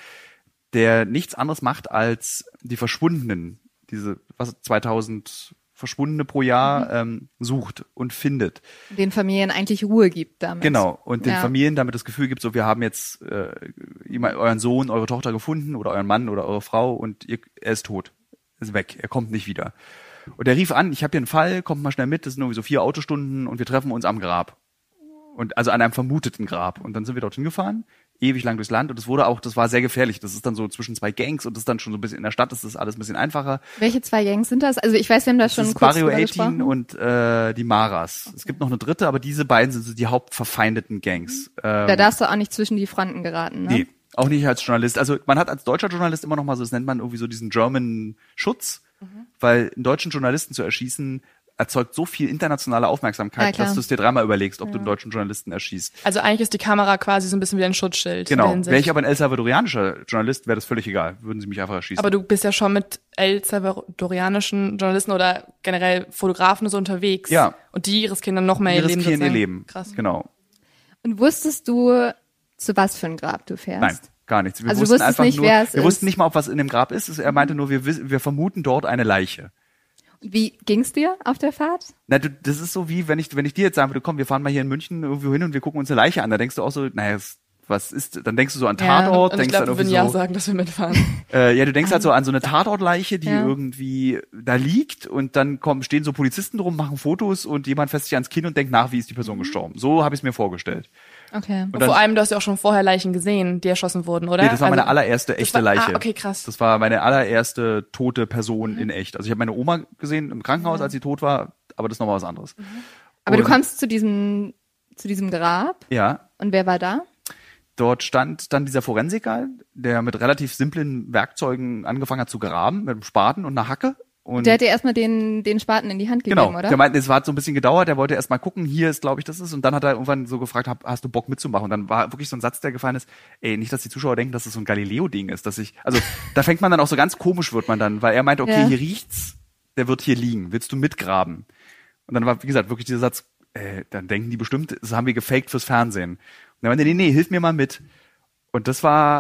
der nichts anderes macht als die Verschwundenen, diese was zweitausend Verschwundene pro Jahr ähm, sucht und findet. Den Familien eigentlich Ruhe gibt damit. Genau, und den Ja. Familien damit das Gefühl gibt, so wir haben jetzt äh, jemand, euren Sohn, eure Tochter gefunden oder euren Mann oder eure Frau und ihr, er ist tot, ist weg, er kommt nicht wieder. Und er rief an, ich habe hier einen Fall, kommt mal schnell mit, das sind irgendwie so vier Autostunden und wir treffen uns am Grab. Und also an einem vermuteten Grab. Und dann sind wir dorthin gefahren, ewig lang durchs Land und es wurde auch, das war sehr gefährlich. Das ist dann so zwischen zwei Gangs und das ist dann schon so ein bisschen in der Stadt, ist das alles ein bisschen einfacher. Welche zwei Gangs sind das? Also ich weiß, wir haben da Das schon ist kurz Barrio drüber achtzehn gesprochen. und äh, die Maras. Es gibt noch eine dritte, aber diese beiden sind so die hauptverfeindeten Gangs. Ähm, Da darfst du auch nicht zwischen die Fronten geraten, ne? Nee, auch nicht als Journalist. Also man hat als deutscher Journalist immer noch mal so, das nennt man irgendwie so diesen German Schutz, Mhm. weil einen deutschen Journalisten zu erschießen erzeugt so viel internationale Ja, Aufmerksamkeit, klar. dass du es dir dreimal überlegst, ob du einen deutschen Journalisten erschießt. also eigentlich ist die Kamera quasi so ein bisschen wie ein Schutzschild. in der Genau. Hinsicht. Wäre ich aber ein El Salvadorianischer Journalist, wäre das völlig egal. Würden sie mich einfach erschießen. Aber du bist ja schon mit El Salvadorianischen Journalisten oder generell Fotografen so unterwegs. Ja. Und die riskieren dann noch mehr die ihr Leben. riskieren ihr sozusagen. Leben. Krass. Genau. Und wusstest du, zu was für ein Grab du fährst? Nein, gar nichts. Wir Also du wussten wusstest einfach nicht, nur, wer es wir ist. wussten nicht mal, ob was in dem Grab ist. Er meinte nur, wir, wiss- wir vermuten dort eine Leiche. Wie ging's dir auf der Fahrt? Na, du, das ist so wie, wenn ich, wenn ich dir jetzt sagen würde, komm, wir fahren mal hier in München irgendwo hin und wir gucken uns eine Leiche an. Da denkst du auch so, naja, es- was ist, dann denkst du so an Ja, Tatort, Und ich denkst glaube, dann wir würden irgendwie ja so, sagen, dass wir mitfahren. äh, ja, du denkst halt so an so eine Tatortleiche, die Ja. irgendwie da liegt und dann kommen, stehen so Polizisten drum, machen Fotos und jemand fässt sich ans Kinn und denkt nach, wie ist die Person gestorben. So habe ich es mir vorgestellt. Okay. Und Und dann- vor allem, du hast ja auch schon vorher Leichen gesehen, die erschossen wurden, oder? Nee, das war meine Also- allererste echte war- Leiche. Ah, okay, krass. Das war meine allererste tote Person Mhm. in echt. Also ich habe meine Oma gesehen im Krankenhaus, als sie tot war, aber das ist nochmal was anderes. Aber du Und- kommst zu diesem, zu diesem Grab Ja, und wer war da? dort stand dann dieser Forensiker, der mit relativ simplen Werkzeugen angefangen hat zu graben, mit einem Spaten und einer Hacke. Und Der hat dir erstmal den, den Spaten in die Hand gegeben, genau, oder? der meinte, es hat so ein bisschen gedauert, der wollte erst mal gucken, hier ist, glaube ich, das ist. Und dann hat er irgendwann so gefragt, hab, hast du Bock mitzumachen? Und dann war wirklich so ein Satz, der gefallen ist, ey, nicht, dass die Zuschauer denken, dass es das so ein Galileo-Ding ist, dass ich, also da fängt man dann auch so ganz komisch, wird man dann, weil er meinte, okay, Ja. hier riecht's, der wird hier liegen, willst du mitgraben? Und dann war, wie gesagt, wirklich dieser Satz, äh, dann denken die bestimmt, das haben wir gefaked fürs Fernsehen. Und er meinte, nee, nee, hilf mir mal mit. Und das war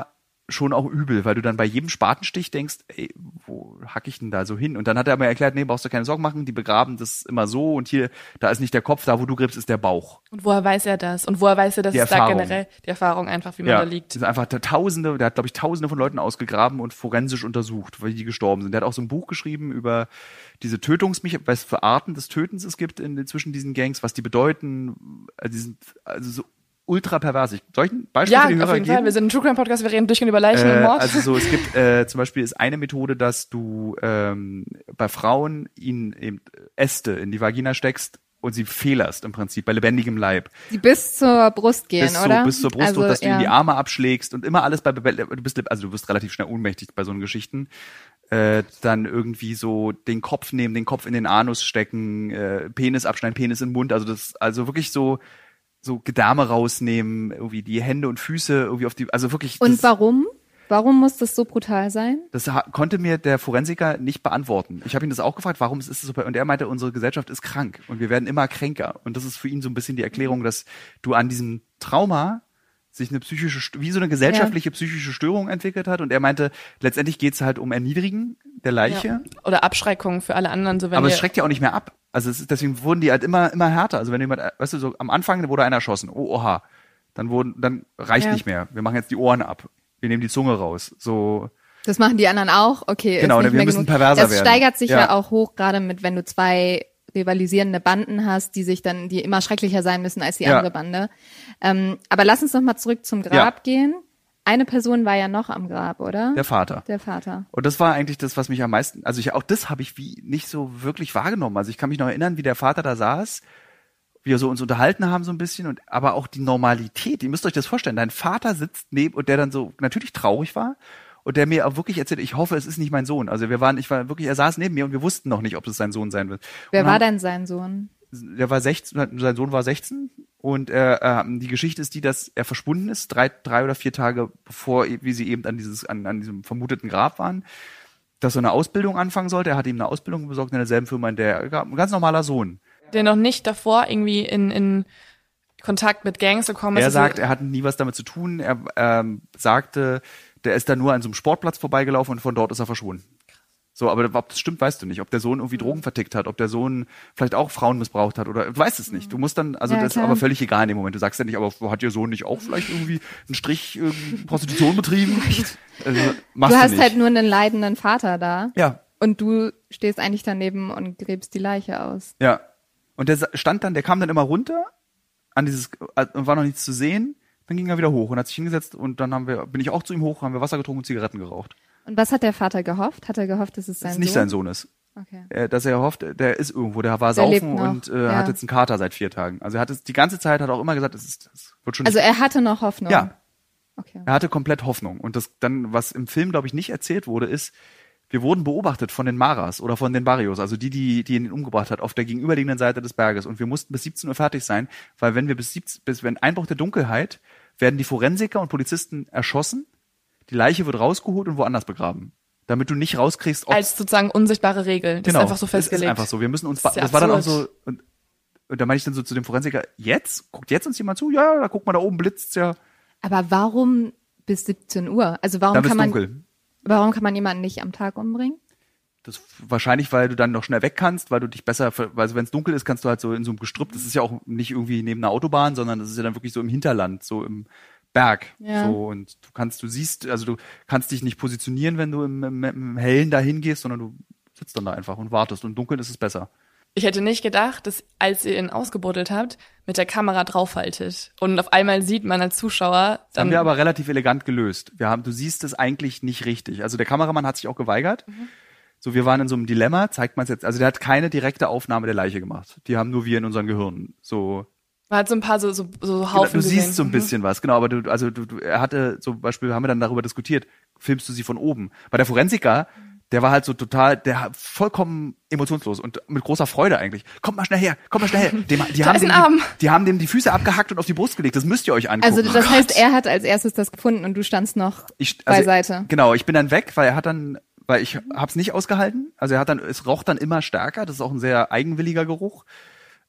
schon auch übel, weil du dann bei jedem Spatenstich denkst, ey, wo hack ich denn da so hin? Und dann hat er mir erklärt, nee, brauchst du keine Sorgen machen, die begraben das immer so und hier, da ist nicht der Kopf, da wo du gräbst, ist der Bauch. Und woher weiß er das? Und woher weiß er, dass Die es da Erfahrung. generell die Erfahrung einfach, wie man Ja, da liegt? das sind einfach tausende, der hat, glaube ich, tausende von Leuten ausgegraben und forensisch untersucht, weil die gestorben sind. Der hat auch so ein Buch geschrieben über diese Tötungsmechanismen, was für Arten des Tötens es gibt in, zwischen diesen Gangs, was die bedeuten. Also, die sind also so ultra pervers. Ich, soll ich ein Beispiel Ja, für die Hörer auf jeden geben? Fall. Wir sind ein True Crime Podcast, wir reden durchgehend über Leichen Äh, und Mord. also so, es gibt äh, zum Beispiel ist eine Methode, dass du ähm, bei Frauen ihnen eben Äste in die Vagina steckst und sie fehlerst im Prinzip bei lebendigem Leib. Die bis zur Brust gehen, bis, oder? So, bis zur Brust, also, und dass du ja. ihnen die Arme abschlägst und immer alles bei, du bist, also du wirst relativ schnell ohnmächtig bei so Geschichten. Äh, dann irgendwie so den Kopf nehmen, den Kopf in den Anus stecken, äh, Penis abschneiden, Penis in den Mund, also das, also wirklich so so Gedärme rausnehmen, irgendwie die Hände und Füße irgendwie auf die, also wirklich. Und das, warum? Warum muss das so brutal sein? Das ha- konnte mir der Forensiker nicht beantworten. Ich habe ihn das auch gefragt, warum ist es so, und er meinte, unsere Gesellschaft ist krank und wir werden immer kränker. Und das ist für ihn so ein bisschen die Erklärung, dass du an diesem Trauma sich eine psychische, wie so eine gesellschaftliche ja. psychische Störung entwickelt hat. Und er meinte, letztendlich geht es halt um Erniedrigen der Leiche. Ja. Oder Abschreckung für alle anderen. So wenn Aber es schreckt ja auch nicht mehr ab. Also es ist, deswegen wurden die halt immer immer härter. Also wenn jemand, weißt du, so am Anfang wurde einer erschossen. Oh, oha. Dann wurden, dann reicht ja. nicht mehr. Wir machen jetzt die Ohren ab. Wir nehmen die Zunge raus. So. Das machen die anderen auch? Okay. Genau, ist nicht wir mehr müssen genug. perverser das werden. Das steigert sich ja. ja auch hoch, gerade mit, wenn du zwei rivalisierende Banden hast, die sich dann, die immer schrecklicher sein müssen als die ja. andere Bande. Ähm, aber lass uns noch mal zurück zum Grab ja. gehen. Eine Person war ja noch am Grab, oder? Der Vater. Der Vater. Und das war eigentlich das, was mich am meisten, also ich, auch das habe ich wie nicht so wirklich wahrgenommen. Also ich kann mich noch erinnern, wie der Vater da saß, wie wir so uns unterhalten haben so ein bisschen, und aber auch die Normalität. Ihr müsst euch das vorstellen. Dein Vater sitzt neben, und der dann so natürlich traurig war und der mir auch wirklich erzählt, ich hoffe, es ist nicht mein Sohn. Also wir waren, ich war wirklich, er saß neben mir und wir wussten noch nicht, ob es sein Sohn sein wird. Wer und war haben, denn sein Sohn? Der war sechzehn, sein Sohn war sechzehn. Und äh, äh, die Geschichte ist die, dass er verschwunden ist, drei, drei oder vier Tage bevor, wie sie eben an dieses, an, an diesem vermuteten Grab waren, dass er eine Ausbildung anfangen sollte. Er hat ihm eine Ausbildung besorgt in derselben Firma, in der er gab, ein ganz normaler Sohn. Der noch nicht davor irgendwie in, in Kontakt mit Gangs gekommen ist. Er sagt, er hatte nie was damit zu tun. Er ähm, sagte, der ist da nur an so einem Sportplatz vorbeigelaufen und von dort ist er verschwunden. So, aber ob das stimmt, weißt du nicht. Ob der Sohn irgendwie Drogen vertickt hat, ob der Sohn vielleicht auch Frauen missbraucht hat oder du weißt es nicht. Du musst dann, also ja, das klar. ist aber völlig egal in dem Moment. Du sagst ja nicht, aber hat ihr Sohn nicht auch vielleicht irgendwie einen Strich irgendwie Prostitution betrieben? Also, machst du hast du nicht. halt nur einen leidenden Vater da. Ja. Und du stehst eigentlich daneben und gräbst die Leiche aus. Ja. Und der stand dann, der kam dann immer runter an dieses, und war noch nichts zu sehen. Dann ging er wieder hoch und hat sich hingesetzt und dann haben wir, bin ich auch zu ihm hoch, haben wir Wasser getrunken und Zigaretten geraucht. Und was hat der Vater gehofft? Hat er gehofft, dass es sein Dass es Sohn nicht sein Sohn ist. Okay. Äh, dass er hofft, der ist irgendwo, der war Der lebt saufen noch. und äh, Ja. hat jetzt einen Kater seit vier Tagen. Also er hat es die ganze Zeit, hat auch immer gesagt, es ist, es wird schon Also nicht. er hatte noch Hoffnung. Ja. Okay. Er hatte komplett Hoffnung. Und das dann, was im Film, glaube ich, nicht erzählt wurde, ist, wir wurden beobachtet von den Maras oder von den Barrios, also die, die, die ihn umgebracht hat, auf der gegenüberliegenden Seite des Berges. Und wir mussten bis siebzehn Uhr fertig sein, weil wenn wir bis siebzehn, bis wenn Einbruch der Dunkelheit, werden die Forensiker und Polizisten erschossen, die Leiche wird rausgeholt und woanders begraben. Damit du nicht rauskriegst, ob als sozusagen unsichtbare Regel. Das genau, ist einfach so festgelegt. Das ist einfach so. Wir müssen uns, Das das, ist ja war dann auch absurd. so, und, und da meine ich dann so zu dem Forensiker, jetzt? Guckt jetzt uns jemand zu? Ja, da guck mal, da oben blitzt's ja. Aber warum bis siebzehn Uhr? Also warum Dann kann ist man, dunkel. warum kann man jemanden nicht am Tag umbringen? Das wahrscheinlich, weil du dann noch schnell weg kannst, weil du dich besser, also wenn es dunkel ist, kannst du halt so in so einem Gestrüpp, das ist ja auch nicht irgendwie neben einer Autobahn, sondern das ist ja dann wirklich so im Hinterland, so im Berg. Ja. So, und du kannst, du siehst, also du kannst dich nicht positionieren, wenn du im, im, im Hellen da hingehst, sondern du sitzt dann da einfach und wartest. Und im Dunkeln ist es besser. Ich hätte nicht gedacht, dass, als ihr ihn ausgebuddelt habt, mit der Kamera draufhaltet. Und auf einmal sieht man als Zuschauer Das dann. haben wir aber relativ elegant gelöst. Wir haben, du siehst es eigentlich nicht richtig. Also der Kameramann hat sich auch geweigert. Mhm. So, wir waren in so einem Dilemma, zeigt man es jetzt. Also der hat keine direkte Aufnahme der Leiche gemacht. Die haben nur wir in unseren Gehirnen. So. Man hat so ein paar so, so, so Genau, Haufen du gesehen. siehst so ein bisschen was, genau, aber du, also du, du, er hatte zum Beispiel, haben wir dann darüber diskutiert, filmst du sie von oben? Bei der Forensiker, der war halt so total, der vollkommen emotionslos und mit großer Freude eigentlich. Kommt mal schnell her, kommt mal schnell her. Dem, die, Da haben ist dem, ein Arm. die, die haben dem die Füße abgehackt und auf die Brust gelegt. Das müsst ihr euch angucken. Also das heißt, er hat als erstes das gefunden und du standst noch ich, also, beiseite. Genau, ich bin dann weg, weil er hat dann, weil ich hab's nicht ausgehalten. Also er hat dann, es roch dann immer stärker. Das ist auch ein sehr eigenwilliger Geruch.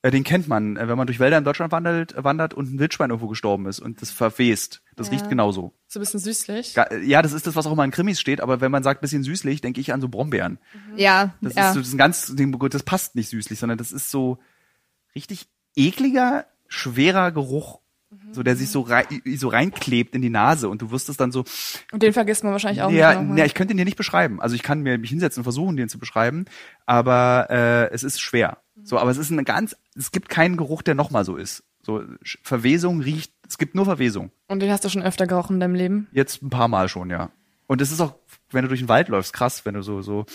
Äh, den kennt man, äh, wenn man durch Wälder in Deutschland wandelt, wandert und ein Wildschwein irgendwo gestorben ist und das verwest. Das Ja. riecht genauso. So ein bisschen süßlich. Ga- Ja, das ist das, was auch immer in Krimis steht, aber wenn man sagt bisschen süßlich, denke ich an so Brombeeren. Ja, Das ja. ist so, das ist ein ganz, das passt nicht süßlich, sondern das ist so richtig ekliger, schwerer Geruch. So, der sich so, rein, so reinklebt in die Nase und du wirst es dann so. Und den vergisst man wahrscheinlich auch Ja, nicht. Noch, ja, ich könnte ihn dir nicht beschreiben. Also ich kann mir mich hinsetzen und versuchen, den zu beschreiben, aber äh, es ist schwer. So, aber es ist eine ganz, es gibt keinen Geruch, der nochmal so ist. So, Sch- Verwesung riecht, es gibt nur Verwesung. Und den hast du schon öfter gerochen in deinem Leben? Jetzt ein paar Mal schon, ja. Und es ist auch, wenn du durch den Wald läufst, krass, wenn du so, so,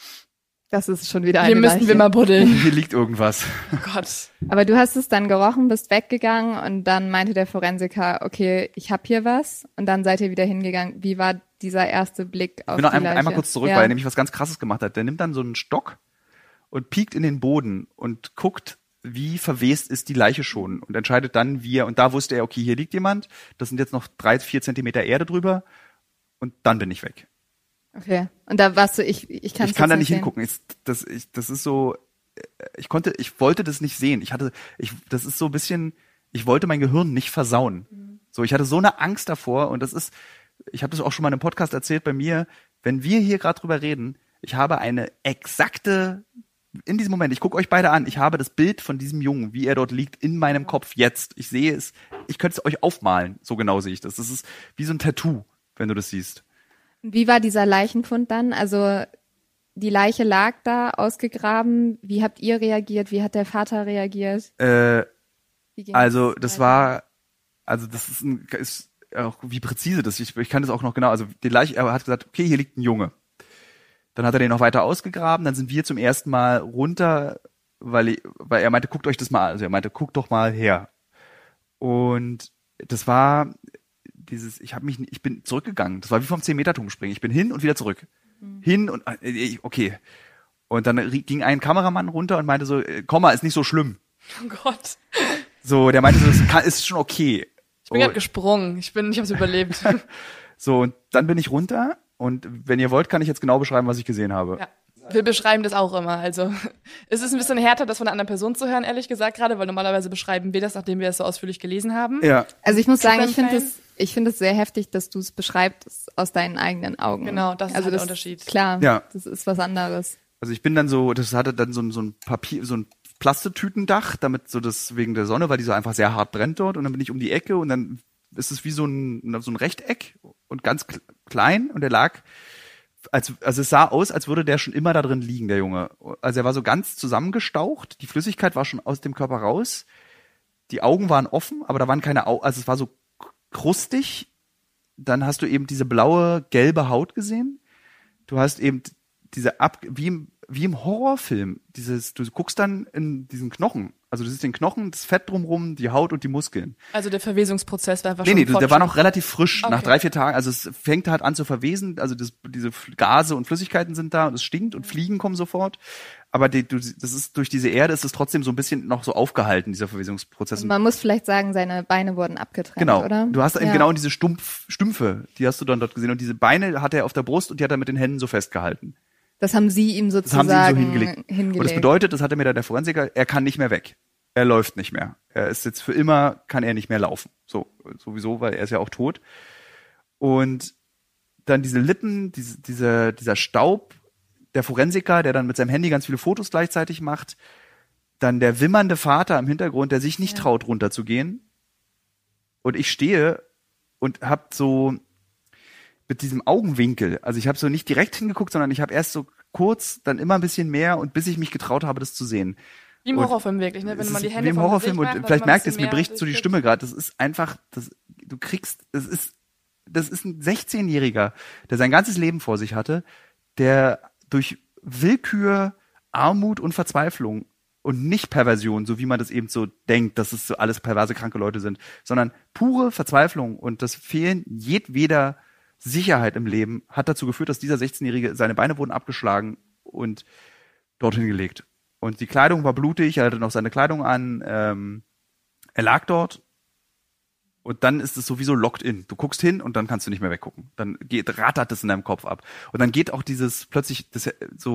Das ist schon wieder Hier eine müssten Leiche. wir mal buddeln. hier liegt irgendwas. Oh Gott. Aber du hast es dann gerochen, bist weggegangen und dann meinte der Forensiker, okay, ich hab hier was. Und dann seid ihr wieder hingegangen. Wie war dieser erste Blick auf Ich will noch die ein, Leiche? einmal kurz zurück, ja. weil er nämlich was ganz Krasses gemacht hat. Der nimmt dann so einen Stock und piekt in den Boden und guckt, wie verwest ist die Leiche schon und entscheidet dann, wie er, und da wusste er, okay, hier liegt jemand, das sind jetzt noch drei, vier Zentimeter Erde drüber und dann bin ich weg. Okay. Und da warst du, ich, ich, kann's Ich kann jetzt da nicht sehen. hingucken. Ich, das, ich, das ist so, ich konnte, ich wollte das nicht sehen. Ich hatte, ich, das ist so ein bisschen, ich wollte mein Gehirn nicht versauen. Mhm. So, ich hatte so eine Angst davor und das ist, ich habe das auch schon mal in einem Podcast erzählt bei mir, wenn wir hier gerade drüber reden, ich habe eine exakte, in diesem Moment, ich gucke euch beide an, ich habe das Bild von diesem Jungen, wie er dort liegt, in meinem Kopf jetzt. Ich sehe es, ich könnte es euch aufmalen, so genau sehe ich das. Das ist wie so ein Tattoo, wenn du das siehst. Wie war dieser Leichenfund dann? Also die Leiche lag da ausgegraben. Wie habt ihr reagiert? Wie hat der Vater reagiert? Äh, Wie ging's Also das weiter? war, also das ist, ein, ist auch wie präzise das. Ich, ich kann das auch noch genau. Also die Leiche, er hat gesagt, okay, hier liegt ein Junge. Dann hat er den noch weiter ausgegraben. Dann sind wir zum ersten Mal runter, weil, ich, weil er meinte, guckt euch das mal an. Also er meinte, guckt doch mal her. Und das war dieses, ich habe mich, ich bin zurückgegangen. Das war wie vom zehn-Meter-Turm springen. Ich bin hin und wieder zurück. Mhm. Hin und äh, okay. Und dann ri- ging ein Kameramann runter und meinte so, äh, komm mal, ist nicht so schlimm. Oh Gott. So, der meinte so, das kann, ist schon okay. Ich bin gerade gesprungen. Ich bin, ich hab's überlebt. So, und dann bin ich runter und wenn ihr wollt, kann ich jetzt genau beschreiben, was ich gesehen habe. Ja. Wir beschreiben das auch immer. Also es ist ein bisschen härter, das von einer anderen Person zu hören, ehrlich gesagt, gerade, weil normalerweise beschreiben wir das, nachdem wir es so ausführlich gelesen haben. Ja. Also ich muss sagen, ich finde Beim es, ich finde es sehr heftig, dass du es beschreibst aus deinen eigenen Augen. Genau, das ist also halt der das, Unterschied. Klar, Ja. das ist was anderes. Also ich bin dann so, das hatte dann so ein, so ein Papier, so ein Plastetütendach, damit so das wegen der Sonne, weil die so einfach sehr hart brennt dort und dann bin ich um die Ecke und dann ist es wie so ein, so ein Rechteck und ganz k- klein und der lag, als, also es sah aus, als würde der schon immer da drin liegen, der Junge. Also er war so ganz zusammengestaucht, die Flüssigkeit war schon aus dem Körper raus, die Augen waren offen, aber da waren keine Augen, also es war so krustig, dann hast du eben diese blaue, gelbe Haut gesehen, du hast eben diese ab, wie im, wie im Horrorfilm, dieses, du guckst dann in diesen Knochen, also du siehst den Knochen, das Fett drumrum, die Haut und die Muskeln. Also der Verwesungsprozess war einfach Nee, schon nee, der war fortgeschritten. noch relativ frisch, Okay. nach drei, vier Tagen, also es fängt halt an zu verwesen, also das, diese Gase und Flüssigkeiten sind da und es stinkt und Fliegen kommen sofort, aber die, du, das ist, durch diese Erde ist es trotzdem so ein bisschen noch so aufgehalten, dieser Verwesungsprozess. Und man muss vielleicht sagen, seine Beine wurden abgetrennt, Genau. oder? Du hast eben Ja. genau diese Stumpf, Stümpfe, die hast du dann dort gesehen. Und diese Beine hatte er auf der Brust und die hat er mit den Händen so festgehalten. Das haben sie ihm Das sozusagen haben sie ihm so hingelegt. hingelegt. Und das bedeutet, das hatte mir dann der Forensiker, er kann nicht mehr weg. Er läuft nicht mehr. Er ist jetzt für immer, kann er nicht mehr laufen. So, sowieso, weil er ist ja auch tot. Und dann diese Lippen, diese, diese, dieser Staub, der Forensiker, der dann mit seinem Handy ganz viele Fotos gleichzeitig macht. Dann der wimmernde Vater im Hintergrund, der sich nicht Ja. traut, runterzugehen. Und ich stehe und hab so mit diesem Augenwinkel, also ich habe so nicht direkt hingeguckt, sondern ich habe erst so kurz, dann immer ein bisschen mehr und bis ich mich getraut habe, das zu sehen. Wie im Und Horrorfilm wirklich, ne? Wenn Es man die ist Hände wie im vom Horrorfilm Gesicht und macht, vielleicht dass man ein merkt ihr, es, mir bisschen bricht mehr so die durchkriegt. Stimme gerade. Das ist einfach, das, du kriegst, das ist, das ist ein sechzehnjähriger, der sein ganzes Leben vor sich hatte, der durch Willkür, Armut und Verzweiflung und nicht Perversion, so wie man das eben so denkt, dass es so alles perverse, kranke Leute sind, sondern pure Verzweiflung und das Fehlen jedweder Sicherheit im Leben hat dazu geführt, dass dieser sechzehnjährige, seine Beine wurden abgeschlagen und dorthin gelegt. Und die Kleidung war blutig, er hatte noch seine Kleidung an, ähm, er lag dort und dann ist es sowieso locked in. Du guckst hin und dann kannst du nicht mehr weggucken. Dann geht, rattert es in deinem Kopf ab. Und dann geht auch dieses plötzlich das, so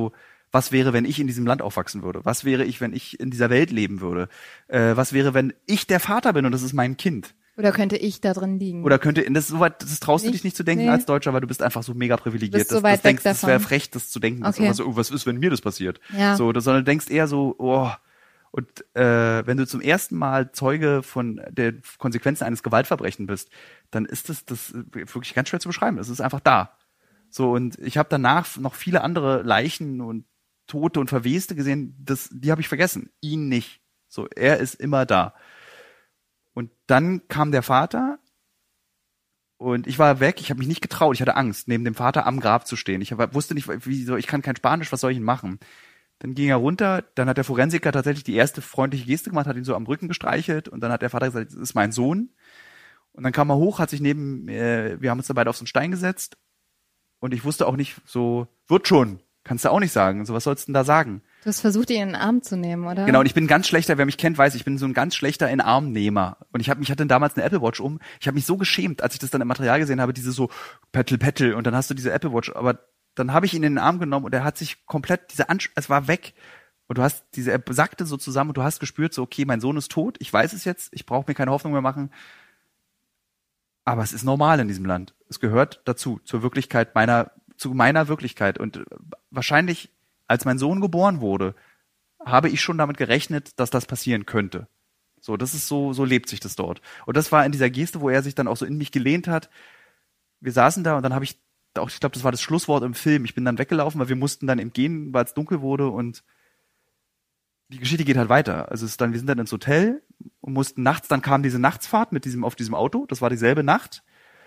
Was wäre, wenn ich in diesem Land aufwachsen würde? Was wäre ich, wenn ich in dieser Welt leben würde? Äh, was wäre, wenn ich der Vater bin und das ist mein Kind? Oder könnte ich da drin liegen? Oder könnte, das ist so weit, das traust du Nicht? dich nicht zu denken Nee. als Deutscher, weil du bist einfach so mega privilegiert. Du bist so das, weit das denkst, weg das wäre davon. frech, das zu denken. Okay. Das so, oh, was ist, wenn mir das passiert? Ja. So, das, sondern du denkst eher so, oh. Und äh, wenn du zum ersten Mal Zeuge von der Konsequenzen eines Gewaltverbrechens bist, dann ist das, das wirklich ganz schwer zu beschreiben. Es ist einfach da. So, und ich habe danach noch viele andere Leichen und Tote und Verweste gesehen, das, die habe ich vergessen. Ihn nicht. So, er ist immer da. Und dann kam der Vater und ich war weg, ich habe mich nicht getraut, ich hatte Angst, neben dem Vater am Grab zu stehen. Ich hab, wusste nicht, wie so, ich kann kein Spanisch, was soll ich denn machen? Dann ging er runter, dann hat der Forensiker tatsächlich die erste freundliche Geste gemacht, hat ihn so am Rücken gestreichelt und dann hat der Vater gesagt, das ist mein Sohn. Und dann kam er hoch, hat sich neben, äh, wir haben uns da beide auf so einen Stein gesetzt und ich wusste auch nicht, so, wird schon, kannst du auch nicht sagen, so, was sollst du denn da sagen? Du hast versucht, ihn in den Arm zu nehmen, oder? Genau, und ich bin ein ganz schlechter, wer mich kennt, weiß, ich bin so ein ganz schlechter In-Arm-Nehmer. Und ich habe mich hatte damals eine Apple Watch um. Ich habe mich so geschämt, als ich das dann im Material gesehen habe, diese so Pettel, Pettel und dann hast du diese Apple Watch. Aber dann habe ich ihn in den Arm genommen und er hat sich komplett, diese Ansch es war weg. Und du hast, diese, er sackte so zusammen und du hast gespürt, so, okay, mein Sohn ist tot, ich weiß es jetzt, ich brauche mir keine Hoffnung mehr machen. Aber es ist normal in diesem Land. Es gehört dazu, zur Wirklichkeit meiner, zu meiner Wirklichkeit. Und wahrscheinlich, als mein Sohn geboren wurde, habe ich schon damit gerechnet, dass das passieren könnte. So, das ist so, so lebt sich das dort. Und das war in dieser Geste, wo er sich dann auch so in mich gelehnt hat. Wir saßen da und dann habe ich auch, ich glaube, das war das Schlusswort im Film. Ich bin dann weggelaufen, weil wir mussten dann eben gehen, weil es dunkel wurde und die Geschichte geht halt weiter. Also es ist dann, wir sind dann ins Hotel und mussten nachts, dann kam diese Nachtsfahrt mit diesem, auf diesem Auto. Das war dieselbe Nacht.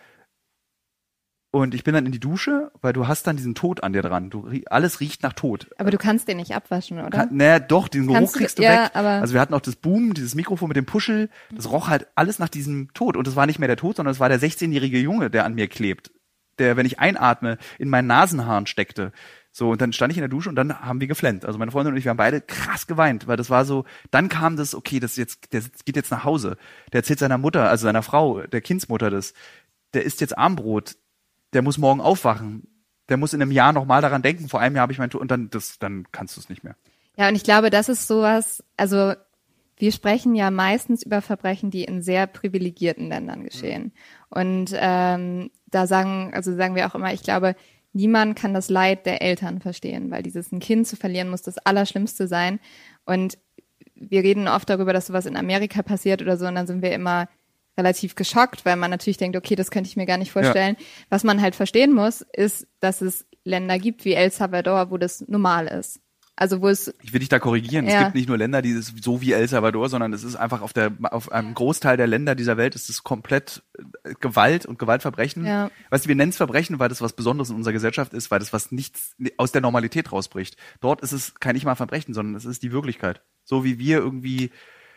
Und ich bin dann in die Dusche, weil du hast dann diesen Tod an dir dran. Du, alles riecht nach Tod. Aber du kannst den nicht abwaschen, oder? Kann, naja, doch, diesen Geruch Kannst du- kriegst du ja, weg. aber- Also wir hatten auch das Boom, dieses Mikrofon mit dem Puschel. Das roch halt alles nach diesem Tod. Und es war nicht mehr der Tod, sondern es war der sechzehnjährige Junge, der an mir klebt. Der, wenn ich einatme, in meinen Nasenhaaren steckte. So, und dann stand ich in der Dusche und dann haben wir geflennt. Also meine Freundin und ich, wir haben beide krass geweint, weil das war so, dann kam das, okay, das ist jetzt, der geht jetzt nach Hause. Der erzählt seiner Mutter, also seiner Frau, der Kindsmutter das. Der isst jetzt Armbrot. Der muss morgen aufwachen. Der muss in einem Jahr nochmal daran denken. Vor einem Jahr habe ich mein Tod und dann, das, dann kannst du es nicht mehr. Ja, und ich glaube, das ist sowas, also wir sprechen ja meistens über Verbrechen, die in sehr privilegierten Ländern geschehen. Und ähm, da sagen, also sagen wir auch immer, ich glaube, niemand kann das Leid der Eltern verstehen, weil dieses ein Kind zu verlieren muss das Allerschlimmste sein. Und wir reden oft darüber, dass sowas in Amerika passiert oder so, und dann sind wir immer relativ geschockt, weil man natürlich denkt, okay, das könnte ich mir gar nicht vorstellen. Ja. Was man halt verstehen muss, ist, dass es Länder gibt wie El Salvador, wo das normal ist. Also wo es Ich will dich da korrigieren. Ja. Es gibt nicht nur Länder, die es so wie El Salvador, sondern es ist einfach auf der auf einem Großteil der Länder dieser Welt ist es komplett äh, Gewalt und Gewaltverbrechen. Ja. Weißt du, wir nennen es Verbrechen, weil das was Besonderes in unserer Gesellschaft ist, weil das was nichts aus der Normalität rausbricht. Dort ist es kein nicht mal Verbrechen, sondern es ist die Wirklichkeit. So wie wir irgendwie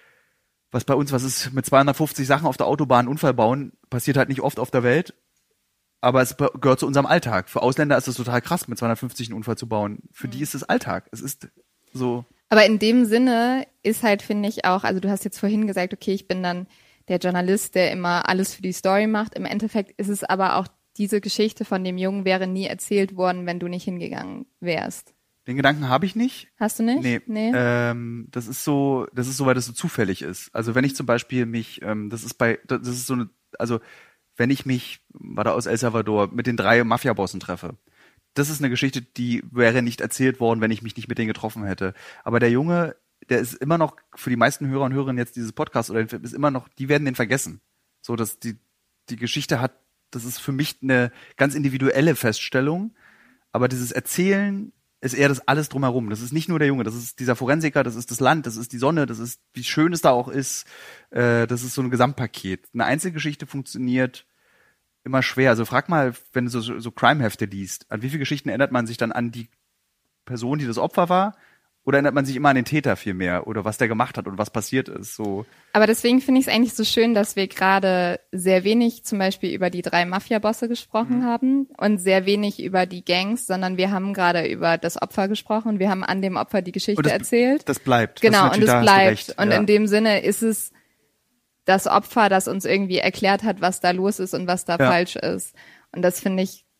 was bei uns, was ist mit zweihundertfünfzig Sachen auf der Autobahn einen Unfall bauen, passiert halt nicht oft auf der Welt. Aber es gehört zu unserem Alltag. Für Ausländer ist es total krass, mit zweihundertfünfzig einen Unfall zu bauen. Für mhm. die ist es Alltag. Es ist so. Aber in dem Sinne ist halt, finde ich auch, also du hast jetzt vorhin gesagt, okay, ich bin dann der Journalist, der immer alles für die Story macht. Im Endeffekt ist es aber auch, diese Geschichte von dem Jungen wäre nie erzählt worden, wenn du nicht hingegangen wärst. Den Gedanken habe ich nicht. Hast du nicht? Nee. nee. Ähm, das ist so, das ist so, weil das so zufällig ist. Also wenn ich zum Beispiel mich, ähm, das ist bei, das ist so eine, also wenn ich mich, war da aus El Salvador, mit den drei Mafia-Bossen treffe. Das ist eine Geschichte, die wäre nicht erzählt worden, wenn ich mich nicht mit denen getroffen hätte. Aber der Junge, der ist immer noch, für die meisten Hörer und Hörerinnen jetzt dieses Podcasts oder ist immer noch, die werden den vergessen. So, dass die, die Geschichte hat, das ist für mich eine ganz individuelle Feststellung. Aber dieses Erzählen ist eher das alles drumherum. Das ist nicht nur der Junge, das ist dieser Forensiker, das ist das Land, das ist die Sonne, das ist, wie schön es da auch ist. Äh, das ist so ein Gesamtpaket. Eine Einzelgeschichte funktioniert immer schwer. Also frag mal, wenn du so, so Crime-Hefte liest, an wie viele Geschichten erinnert man sich dann an die Person, die das Opfer war? Oder erinnert man sich immer an den Täter viel mehr? Oder was der gemacht hat und was passiert ist? So. Aber deswegen finde ich es eigentlich so schön, dass wir gerade sehr wenig zum Beispiel über die drei Mafia-Bosse gesprochen mhm. haben und sehr wenig über die Gangs, sondern wir haben gerade über das Opfer gesprochen. Wir haben an dem Opfer die Geschichte das, erzählt. Das bleibt. Genau, das und es da bleibt. Und ja. in dem Sinne ist es das Opfer, das uns irgendwie erklärt hat, was da los ist und was da ja. falsch ist. Und das finde ich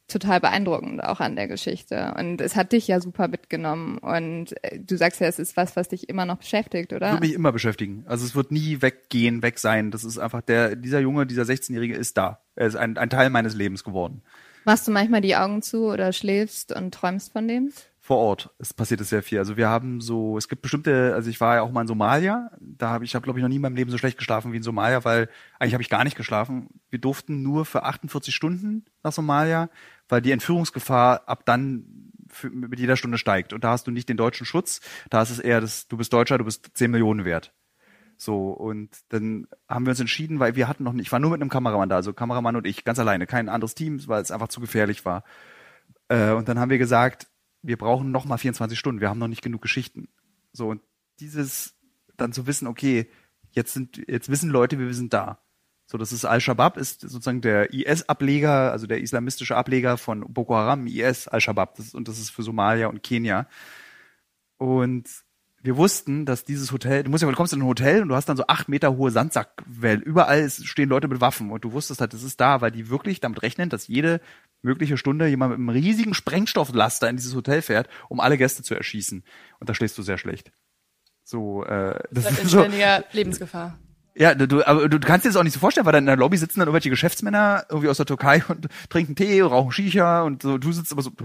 total beeindruckend auch an der Geschichte. Und es hat dich ja super mitgenommen. Und du sagst ja, es ist was, was dich immer noch beschäftigt, oder? Es wird mich immer beschäftigen. Also es wird nie weggehen, weg sein. Das ist einfach der, dieser Junge, dieser sechzehnjährige ist da. Er ist ein, ein Teil meines Lebens geworden. Machst du manchmal die Augen zu oder schläfst und träumst von dem? Vor Ort. Es passiert sehr viel. Also wir haben so, es gibt bestimmte, also ich war ja auch mal in Somalia. Da habe ich, ich habe glaube ich noch nie in meinem Leben so schlecht geschlafen wie in Somalia, weil eigentlich habe ich gar nicht geschlafen. Wir durften nur für achtundvierzig Stunden nach Somalia, weil die Entführungsgefahr ab dann für, mit jeder Stunde steigt. Und da hast du nicht den deutschen Schutz. Da ist es eher das, du bist Deutscher, du bist zehn Millionen wert. So, und dann haben wir uns entschieden, weil wir hatten noch nicht, ich war nur mit einem Kameramann da, also Kameramann und ich, ganz alleine, kein anderes Team, weil es einfach zu gefährlich war. Äh, und dann haben wir gesagt, wir brauchen noch mal vierundzwanzig Stunden, wir haben noch nicht genug Geschichten. So, und dieses dann zu wissen, okay, jetzt sind, jetzt wissen Leute, wir sind da. So, das ist Al-Shabaab, ist sozusagen der I S-Ableger, also der islamistische Ableger von Boko Haram, I S, Al-Shabaab, das, und das ist für Somalia und Kenia. Und wir wussten, dass dieses Hotel, du musst ja, du kommst in ein Hotel und du hast dann so acht Meter hohe Sandsackwellen. Überall stehen Leute mit Waffen und du wusstest halt, das ist da, weil die wirklich damit rechnen, dass jede mögliche Stunde jemand mit einem riesigen Sprengstofflaster in dieses Hotel fährt, um alle Gäste zu erschießen. Und da schläfst du sehr schlecht. So, äh, das, das ist in so, ständiger Lebensgefahr. Ja, du, aber du kannst dir das auch nicht so vorstellen, weil dann in der Lobby sitzen dann irgendwelche Geschäftsmänner irgendwie aus der Türkei und trinken Tee, rauchen Shisha und so, du sitzt aber so.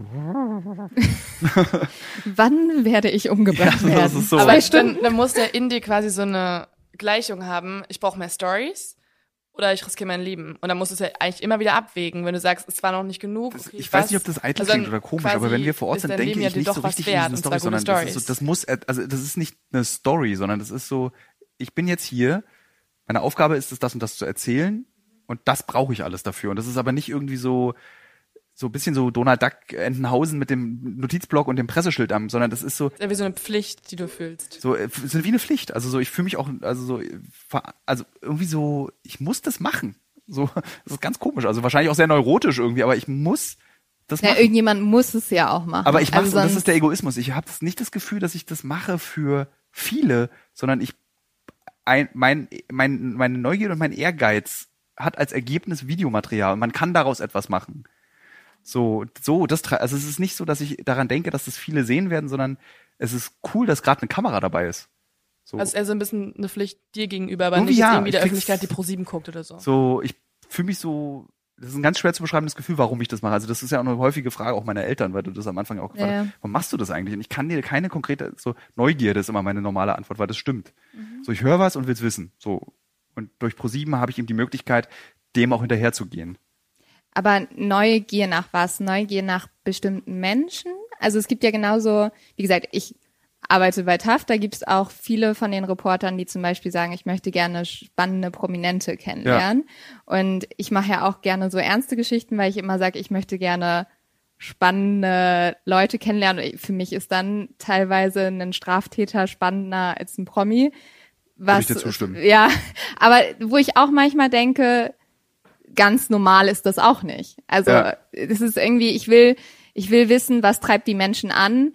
Wann werde ich umgebracht Ja, werden? das ist so. Aber dann, dann muss der in dir quasi so eine Gleichung haben, ich brauche mehr Stories oder ich riskiere mein Leben. Und dann musst du es ja eigentlich immer wieder abwägen, wenn du sagst, es war noch nicht genug. Das, Okay, ich was, weiß nicht, ob das eitel also klingt oder komisch, aber wenn wir vor Ort sind, denke Leben ich ja nicht doch so was richtig wert, in diese und zwar Story, gute sondern das, ist so, Stories. das muss, also das ist nicht eine Story, sondern das ist so, ich bin jetzt hier, meine Aufgabe ist es, das und das zu erzählen und das brauche ich alles dafür. Und das ist aber nicht irgendwie so, so ein bisschen so Donald Duck Entenhausen mit dem Notizblock und dem Presseschild am, sondern das ist so. Das ist ja wie so eine Pflicht, die du fühlst. So, es ist wie eine Pflicht. Also so, ich fühle mich auch, also so, also irgendwie so, ich muss das machen. So, das ist ganz komisch. Also wahrscheinlich auch sehr neurotisch irgendwie, aber ich muss das Ja, machen. irgendjemand muss es ja auch machen. Aber ich mache also und das sonst- ist der Egoismus. Ich habe nicht das Gefühl, dass ich das mache für viele, sondern ich ein, mein, mein, meine Neugier und mein Ehrgeiz hat als Ergebnis Videomaterial und man kann daraus etwas machen. So, so, das, also es ist nicht so, dass ich daran denke, dass das viele sehen werden, sondern es ist cool, dass gerade eine Kamera dabei ist. So, Also eher so ein bisschen eine Pflicht dir gegenüber, aber Irgendwie nicht ja, jetzt irgendwie der ich krieg's- Öffentlichkeit, die Pro sieben guckt oder so. so ich fühle mich so, das ist ein ganz schwer zu beschreibendes Gefühl, warum ich das mache. Also das ist ja auch eine häufige Frage auch meiner Eltern, weil du das am Anfang auch gefragt Ja, hast, ja. warum machst du das eigentlich? Und ich kann dir keine konkrete, so Neugierde ist immer meine normale Antwort, weil das stimmt. So, ich höre was und will's wissen. So. Und durch Pro sieben habe ich eben die Möglichkeit, dem auch hinterher zu gehen. Aber Neugier nach was? Neugier nach bestimmten Menschen? Also es gibt ja genauso, wie gesagt, ich arbeite bei T A F, da gibt es auch viele von den Reportern, die zum Beispiel sagen, ich möchte gerne spannende Prominente kennenlernen. Ja. Und ich mache ja auch gerne so ernste Geschichten, weil ich immer sage, ich möchte gerne spannende Leute kennenlernen. Für mich ist dann teilweise ein Straftäter spannender als ein Promi. Was, Würde ich dir zustimmen. Ja, aber wo ich auch manchmal denke, ganz normal ist das auch nicht. Also Ja. es ist irgendwie, ich will, ich will wissen, was treibt die Menschen an,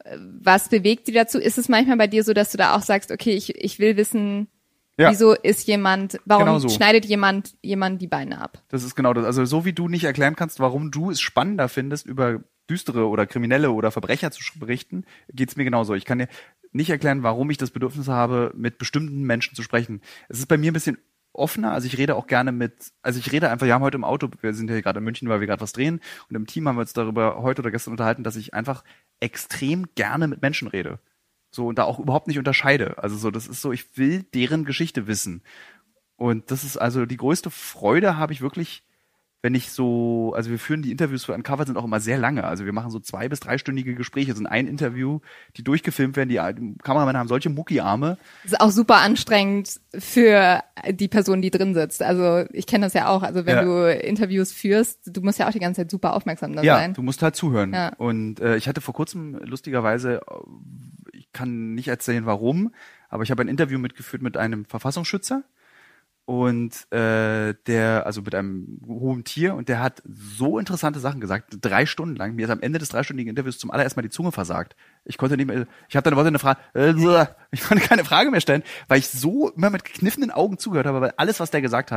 was bewegt sie dazu. Ist es manchmal bei dir so, dass du da auch sagst, okay, ich, ich will wissen, Ja. wieso ist jemand, warum Genau so. schneidet jemand jemand die Beine ab? Das ist genau das. Also so wie du nicht erklären kannst, warum du es spannender findest, über düstere oder Kriminelle oder Verbrecher zu berichten, geht's mir genauso. Ich kann dir nicht erklären, warum ich das Bedürfnis habe, mit bestimmten Menschen zu sprechen. Es ist bei mir ein bisschen offener, also ich rede auch gerne mit, also ich rede einfach, wir haben heute im Auto, wir sind hier gerade in München, weil wir gerade was drehen und im Team haben wir uns darüber heute oder gestern unterhalten, dass ich einfach extrem gerne mit Menschen rede. So, und da auch überhaupt nicht unterscheide. Also so, das ist so, ich will deren Geschichte wissen. Und das ist also die größte Freude habe ich wirklich, wenn ich so, also wir führen die Interviews für Uncovered sind auch immer sehr lange. Also wir machen so zwei- bis dreistündige Gespräche. So ein Interview, die durchgefilmt werden. Die Kameramänner haben solche Muckiarme. Das ist auch super anstrengend für die Person, die drin sitzt. Also ich kenne das ja auch. Also wenn Ja. du Interviews führst, du musst ja auch die ganze Zeit super aufmerksam da Ja, sein. du musst halt zuhören. Ja. Und äh, ich hatte vor kurzem lustigerweise, ich kann nicht erzählen warum, aber ich habe ein Interview mitgeführt mit einem Verfassungsschützer. Und äh, der, also mit einem hohen Tier, und der hat so interessante Sachen gesagt, drei Stunden lang. Mir ist am Ende des dreistündigen Interviews zum allerersten Mal die Zunge versagt. Ich konnte nicht mehr, ich habe dann wollte eine Frage, äh, ich konnte keine Frage mehr stellen, weil ich so immer mit gekniffenen Augen zugehört habe, weil alles, was der gesagt hat,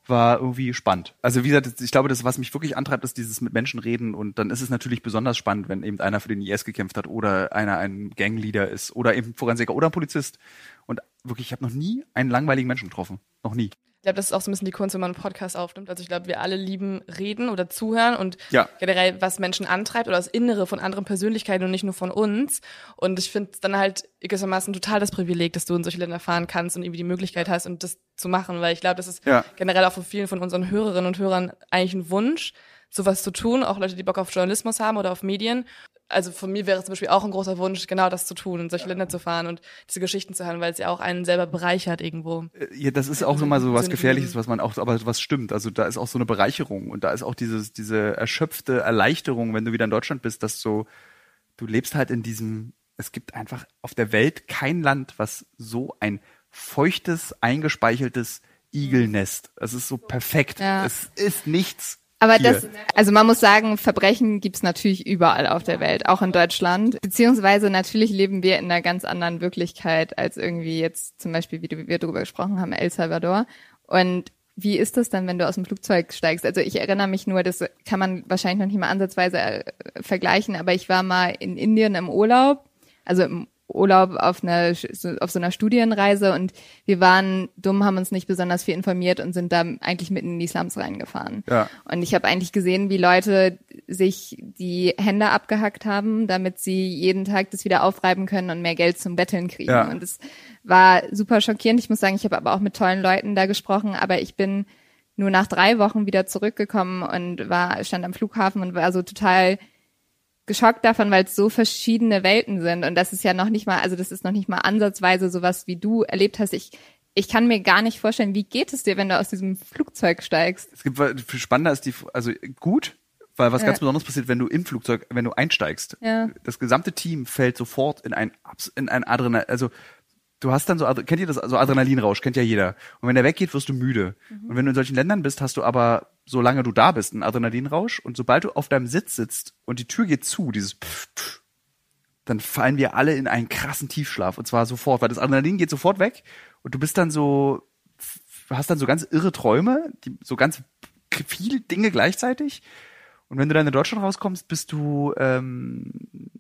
war irgendwie spannend. Also wie gesagt, ich glaube, das, was mich wirklich antreibt, ist dieses mit Menschen reden und dann ist es natürlich besonders spannend, wenn eben einer für den I S gekämpft hat oder einer ein Gangleader ist oder eben Forensiker oder ein Polizist. Und wirklich, ich habe noch nie einen langweiligen Menschen getroffen. Noch nie. Ich glaube, das ist auch so ein bisschen die Kunst, wenn man einen Podcast aufnimmt. Also ich glaube, wir alle lieben reden oder zuhören und ja. generell, was Menschen antreibt oder das Innere von anderen Persönlichkeiten und nicht nur von uns. Und ich finde es dann halt gewissermaßen total das Privileg, dass du in solche Länder fahren kannst und irgendwie die Möglichkeit hast, und das zu machen. Weil ich glaube, das ist ja. generell auch von vielen von unseren Hörerinnen und Hörern eigentlich ein Wunsch, sowas zu tun. Auch Leute, die Bock auf Journalismus haben oder auf Medien. Also von mir wäre es zum Beispiel auch ein großer Wunsch, genau das zu tun, in solche ja. Länder zu fahren und diese Geschichten zu hören, weil es ja auch einen selber bereichert irgendwo. Ja, das ist auch so mal so was Gefährliches, was man auch, aber was stimmt. Also da ist auch so eine Bereicherung und da ist auch dieses, diese erschöpfte Erleichterung, wenn du wieder in Deutschland bist, dass so, du lebst halt in diesem, es gibt einfach auf der Welt kein Land, was so ein feuchtes, eingespeicheltes Igelnest. Es ist so perfekt. Ja. Es ist nichts. Aber Hier. das, also man muss sagen, Verbrechen gibt's natürlich überall auf der Welt, auch in Deutschland. Beziehungsweise natürlich leben wir in einer ganz anderen Wirklichkeit als irgendwie jetzt zum Beispiel, wie wir darüber gesprochen haben, El Salvador. Und wie ist das dann, wenn du aus dem Flugzeug steigst? Also ich erinnere mich nur, das kann man wahrscheinlich noch nicht mal ansatzweise äh, vergleichen, aber ich war mal in Indien im Urlaub, also im Urlaub auf einer auf so einer Studienreise und wir waren dumm, haben uns nicht besonders viel informiert und sind da eigentlich mitten in die Slums reingefahren. Ja. Und ich habe eigentlich gesehen, wie Leute sich die Hände abgehackt haben, damit sie jeden Tag das wieder aufreiben können und mehr Geld zum Betteln kriegen. Ja. Und es war super schockierend. Ich muss sagen, ich habe aber auch mit tollen Leuten da gesprochen, aber ich bin nur nach drei Wochen wieder zurückgekommen und war stand am Flughafen und war so total geschockt davon, weil es so verschiedene Welten sind und das ist ja noch nicht mal, also das ist noch nicht mal ansatzweise sowas, wie du erlebt hast. Ich ich kann mir gar nicht vorstellen, wie geht es dir, wenn du aus diesem Flugzeug steigst? Es gibt viel spannender ist die, also gut, weil was ja. ganz Besonderes passiert, wenn du im Flugzeug, wenn du einsteigst. Ja. Das gesamte Team fällt sofort in ein in ein Adrenalin, also du hast dann so, kennt ihr das, also Adrenalinrausch, kennt ja jeder. Und wenn der weggeht, wirst du müde. Mhm. Und wenn du in solchen Ländern bist, hast du aber, solange du da bist, einen Adrenalinrausch. Und sobald du auf deinem Sitz sitzt und die Tür geht zu, dieses Pff, Pff, dann fallen wir alle in einen krassen Tiefschlaf. Und zwar sofort, weil das Adrenalin geht sofort weg. Und du bist dann so, hast dann so ganz irre Träume, die, so ganz viele Dinge gleichzeitig. Und wenn du dann in Deutschland rauskommst, bist du ähm,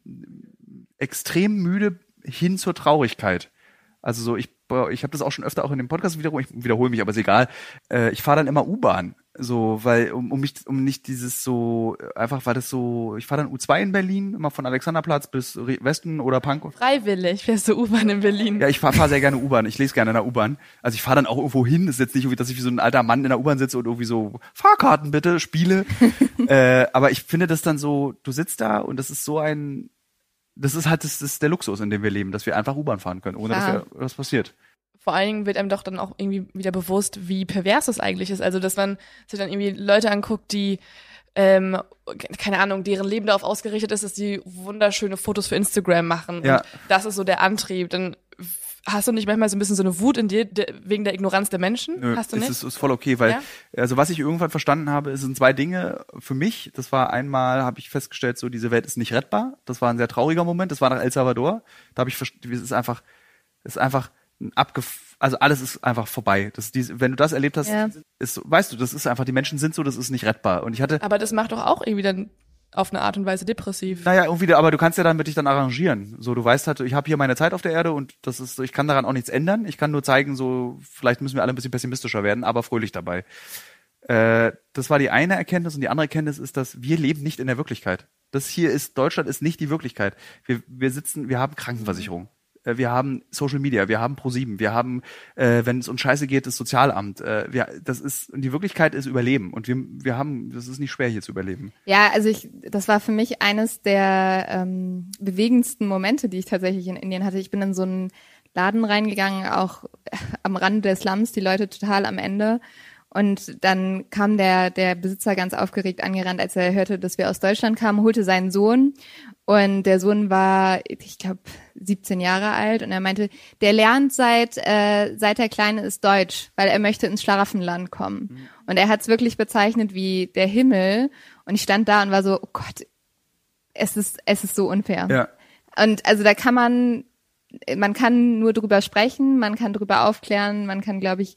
extrem müde hin zur Traurigkeit. Also so, ich ich habe das auch schon öfter auch in dem Podcast wiederholt, ich wiederhole mich, aber ist egal. Äh, ich fahre dann immer U-Bahn, so, weil um, um mich um nicht dieses so einfach, weil das so, ich fahre dann U zwei in Berlin, immer von Alexanderplatz bis Westen oder Pankow. Freiwillig fährst du U-Bahn in Berlin? Ja, ich fahre fahr sehr gerne U-Bahn. Ich lese gerne in der U-Bahn. Also ich fahre dann auch irgendwo hin. Das ist jetzt nicht irgendwie, dass ich wie so ein alter Mann in der U-Bahn sitze und irgendwie so Fahrkarten bitte spiele. äh, aber ich finde das dann so, du sitzt da und das ist so ein Das ist halt das, das ist der Luxus, in dem wir leben, dass wir einfach U-Bahn fahren können, ohne Klar. dass ja was passiert. Vor allen Dingen wird einem doch dann auch irgendwie wieder bewusst, wie pervers das eigentlich ist. Also, dass man sich dann irgendwie Leute anguckt, die, ähm, keine Ahnung, deren Leben darauf ausgerichtet ist, dass die wunderschöne Fotos für Instagram machen. Ja. Und das ist so der Antrieb. Dann hast du nicht manchmal so ein bisschen so eine Wut in dir de, wegen der Ignoranz der Menschen? Nö, Hast du nicht? Es ist, ist voll okay, weil, ja? also was ich irgendwann verstanden habe, sind zwei Dinge für mich. Das war einmal, habe ich festgestellt, so diese Welt ist nicht rettbar. Das war ein sehr trauriger Moment. Das war nach El Salvador. Da habe ich verstanden, es ist einfach, es ist einfach ein abgef, also alles ist einfach vorbei. Das ist diese, wenn du das erlebt hast, Ja. ist, weißt du, das ist einfach, die Menschen sind so, das ist nicht rettbar. Und ich hatte, Aber das macht doch auch irgendwie dann auf eine Art und Weise depressiv. naja, irgendwie, aber du kannst ja dann mit dich dann arrangieren. So, du weißt halt, ich habe hier meine Zeit auf der Erde und das ist so, ich kann daran auch nichts ändern. Ich kann nur zeigen, so, vielleicht müssen wir alle ein bisschen pessimistischer werden, aber fröhlich dabei. Äh, das war die eine Erkenntnis und die andere Erkenntnis ist, dass wir leben nicht in der Wirklichkeit. Das hier ist, Deutschland ist nicht die Wirklichkeit. Wir, wir sitzen, wir haben Krankenversicherung. Wir haben Social Media, wir haben ProSieben, wir haben, äh, wenn es um Scheiße geht, das Sozialamt. Äh, wir, das ist, die Wirklichkeit ist Überleben und wir, wir haben, das ist nicht schwer hier zu überleben. Ja, also ich, das war für mich eines der ähm, bewegendsten Momente, die ich tatsächlich in Indien hatte. Ich bin in so einen Laden reingegangen, auch am Rand des Slums, die Leute total am Ende. Und dann kam der der Besitzer ganz aufgeregt angerannt, als er hörte, dass wir aus Deutschland kamen, holte seinen Sohn. Und der Sohn war, ich glaube, siebzehn Jahre alt. Und er meinte, der lernt seit äh, seit er klein ist Deutsch, weil er möchte ins Schlaraffenland kommen. Mhm. Und er hat es wirklich bezeichnet wie der Himmel. Und ich stand da und war so, oh Gott, es ist es ist so unfair. Ja. Und also da kann man, man kann nur drüber sprechen, man kann drüber aufklären, man kann, glaube ich,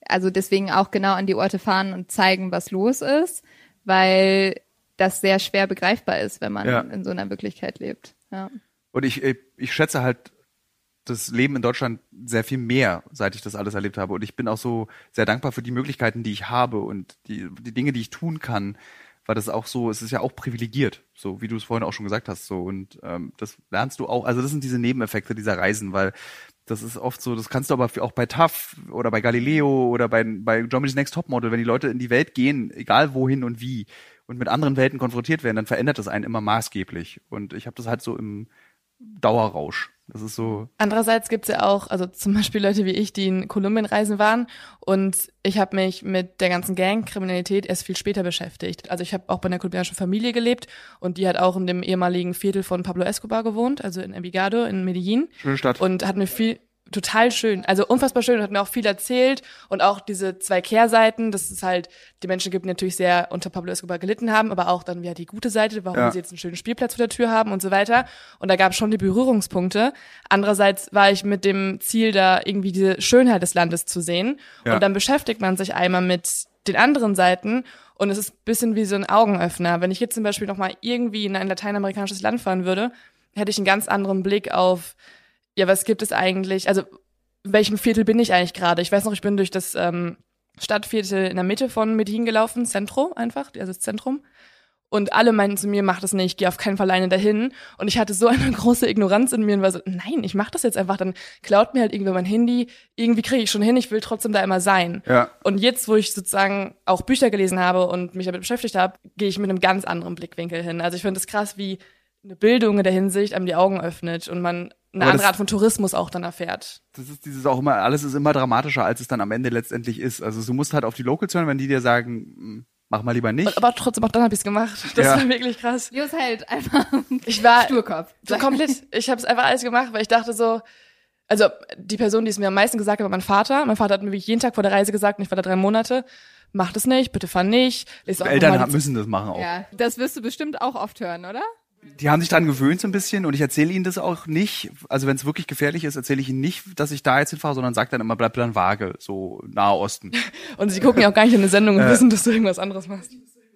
also deswegen auch genau an die Orte fahren und zeigen, was los ist, weil das sehr schwer begreifbar ist, wenn man ja. in so einer Wirklichkeit lebt. Ja. Und ich, ich schätze halt das Leben in Deutschland sehr viel mehr, seit ich das alles erlebt habe. Und ich bin auch so sehr dankbar für die Möglichkeiten, die ich habe und die, die Dinge, die ich tun kann, weil das auch so, es ist ja auch privilegiert, so wie du es vorhin auch schon gesagt hast. So und ähm, das lernst du auch, also das sind diese Nebeneffekte dieser Reisen, weil das ist oft so, das kannst du aber auch bei T A F oder bei Galileo oder bei, bei Germany's Next Topmodel, wenn die Leute in die Welt gehen, egal wohin und wie, und mit anderen Welten konfrontiert werden, dann verändert das einen immer maßgeblich. Und ich habe das halt so im Dauerrausch. Das ist so. Andererseits gibt's ja auch, also zum Beispiel Leute wie ich, die in Kolumbien reisen waren, und ich habe mich mit der ganzen Gangkriminalität erst viel später beschäftigt. Also ich habe auch bei einer kolumbianischen Familie gelebt und die hat auch in dem ehemaligen Viertel von Pablo Escobar gewohnt, also in Envigado, in Medellin. Schöne Stadt. Und hat mir viel, total schön, also unfassbar schön, und hat mir auch viel erzählt und auch diese zwei Kehrseiten, dass es halt die Menschen gibt, die natürlich sehr unter Pablo Escobar gelitten haben, aber auch dann wieder die gute Seite, warum ja. sie jetzt einen schönen Spielplatz vor der Tür haben und so weiter. Und da gab es schon die Berührungspunkte. Andererseits war ich mit dem Ziel, da irgendwie diese Schönheit des Landes zu sehen. Ja. Und dann beschäftigt man sich einmal mit den anderen Seiten und es ist ein bisschen wie so ein Augenöffner. Wenn ich jetzt zum Beispiel nochmal irgendwie in ein lateinamerikanisches Land fahren würde, hätte ich einen ganz anderen Blick auf, ja, was gibt es eigentlich, also in welchem Viertel bin ich eigentlich gerade? Ich weiß noch, ich bin durch das ähm, Stadtviertel in der Mitte von Medellin gelaufen, Centro einfach, also das Zentrum. Und alle meinten zu mir, mach das nicht, geh auf keinen Fall alleine dahin. Und ich hatte so eine große Ignoranz in mir und war so, nein, ich mach das jetzt einfach, dann klaut mir halt irgendwer mein Handy, irgendwie kriege ich schon hin, ich will trotzdem da immer sein. Ja. Und jetzt, wo ich sozusagen auch Bücher gelesen habe und mich damit beschäftigt habe, gehe ich mit einem ganz anderen Blickwinkel hin. Also ich finde es krass, wie eine Bildung in der Hinsicht einem die Augen öffnet und man eine aber andere Art von Tourismus auch dann erfährt. Das ist dieses auch immer, alles ist immer dramatischer, als es dann am Ende letztendlich ist. Also du musst halt auf die Locals hören, wenn die dir sagen, mach mal lieber nicht. Aber trotzdem, auch dann habe ich es gemacht. Das ja. war wirklich krass. Jo ist halt einfach ich war Sturkopf. So komplett. Ich habe es einfach alles gemacht, weil ich dachte so, also die Person, die es mir am meisten gesagt hat, war mein Vater. Mein Vater hat mir wirklich jeden Tag vor der Reise gesagt, und ich war da drei Monate, mach das nicht, bitte fahr nicht. Eltern haben, müssen das machen auch. Ja, das wirst du bestimmt auch oft hören, oder? Die haben sich dran gewöhnt so ein bisschen und ich erzähle ihnen das auch nicht. Also wenn es wirklich gefährlich ist, erzähle ich ihnen nicht, dass ich da jetzt hinfahre, sondern sage dann immer, bleib dann vage, so Nahe Osten. Und sie gucken ja auch gar nicht in eine Sendung und äh, wissen, dass du irgendwas anderes machst.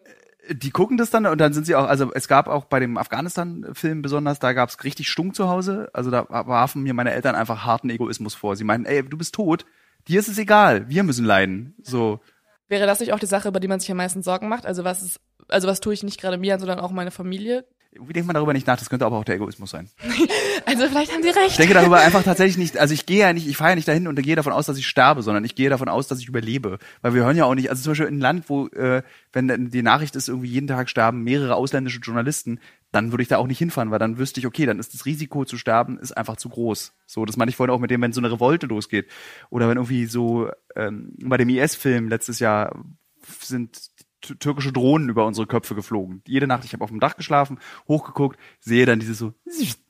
Die gucken das dann und dann sind sie auch, also es gab auch bei dem Afghanistan-Film besonders, da gab es richtig Stunk zu Hause. Also da warfen mir meine Eltern einfach harten Egoismus vor. Sie meinten, ey, du bist tot, dir ist es egal, wir müssen leiden. So. Wäre das nicht auch die Sache, über die man sich am meisten Sorgen macht? Also was ist, also was tue ich nicht gerade mir an, sondern auch meine Familie? Wie denkt man darüber nicht nach? Das könnte aber auch der Egoismus sein. Also vielleicht haben Sie recht. Ich denke darüber einfach tatsächlich nicht, also ich gehe ja nicht, ich fahre ja nicht dahin und gehe davon aus, dass ich sterbe, sondern ich gehe davon aus, dass ich überlebe. Weil wir hören ja auch nicht, also zum Beispiel in einem Land, wo, äh, wenn die Nachricht ist, irgendwie jeden Tag sterben mehrere ausländische Journalisten, dann würde ich da auch nicht hinfahren, weil dann wüsste ich, okay, dann ist das Risiko zu sterben, ist einfach zu groß. So, das meine ich vorhin auch mit dem, wenn so eine Revolte losgeht. Oder wenn irgendwie so, ähm, bei dem I S-Film letztes Jahr sind türkische Drohnen über unsere Köpfe geflogen. Jede Nacht, ich habe auf dem Dach geschlafen, hochgeguckt, sehe dann dieses so,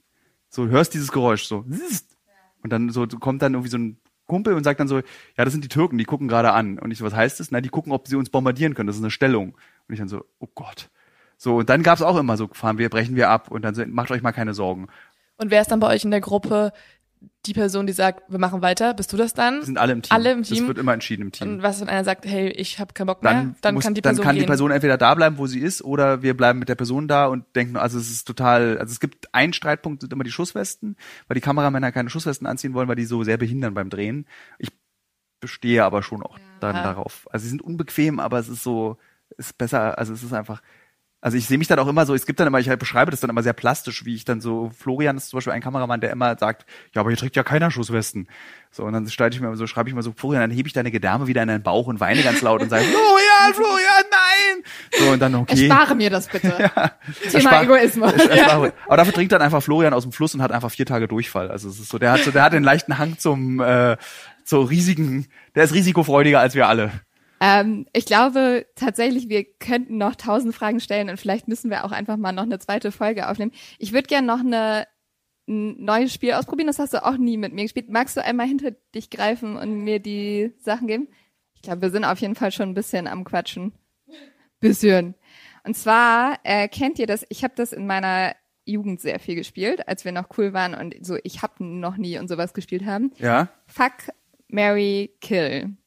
so hörst dieses Geräusch so, und dann so kommt dann irgendwie so ein Kumpel und sagt dann so, ja, das sind die Türken, die gucken gerade an. Und ich so, was heißt das? Na, die gucken, ob sie uns bombardieren können. Das ist eine Stellung. Und ich dann so, oh Gott. So, und dann gab's auch immer so, fahren wir, brechen wir ab und dann so, macht euch mal keine Sorgen. Und wer ist dann bei euch in der Gruppe die Person, die sagt, wir machen weiter? Bist du das dann? Wir sind alle im Team. Alle im Team? Das wird immer entschieden im Team. Und was, wenn einer sagt, hey, ich habe keinen Bock mehr, dann, dann muss, kann die Person Dann kann gehen. die Person entweder da bleiben, wo sie ist, oder wir bleiben mit der Person da und denken, also es ist total, also es gibt einen Streitpunkt, sind immer die Schusswesten, weil die Kameramänner keine Schusswesten anziehen wollen, weil die so sehr behindern beim Drehen. Ich bestehe aber schon auch ja. dann darauf. Also sie sind unbequem, aber es ist so, ist besser, also es ist einfach, also ich sehe mich dann auch immer so, es gibt dann immer, ich halt beschreibe das dann immer sehr plastisch, wie ich dann so, Florian ist zum Beispiel ein Kameramann, der immer sagt, ja, aber hier trägt ja keiner Schusswesten. So, und dann streite ich mir so, schreibe ich mal so, Florian, dann hebe ich deine Gedärme wieder in deinen Bauch und weine ganz laut und sage, Florian, Florian, nein! So, und dann, okay. Erspare mir das bitte. ja, Thema erspare, Egoismus. Erspare, ja. Aber dafür trinkt dann einfach Florian aus dem Fluss und hat einfach vier Tage Durchfall. Also es ist so, der hat so, der hat den leichten Hang zum, äh, so riesigen, der ist risikofreudiger als wir alle. Ähm, ich glaube tatsächlich, wir könnten noch tausend Fragen stellen und vielleicht müssen wir auch einfach mal noch eine zweite Folge aufnehmen. Ich würde gerne noch eine, ein neues Spiel ausprobieren, das hast du auch nie mit mir gespielt. Magst du einmal hinter dich greifen und mir die Sachen geben? Ich glaube, wir sind auf jeden Fall schon ein bisschen am Quatschen. Bisschen. Und zwar, äh, kennt ihr das, ich habe das in meiner Jugend sehr viel gespielt, als wir noch cool waren und so ich hab noch nie und sowas gespielt haben. Ja. Fuck, Marry, Kill.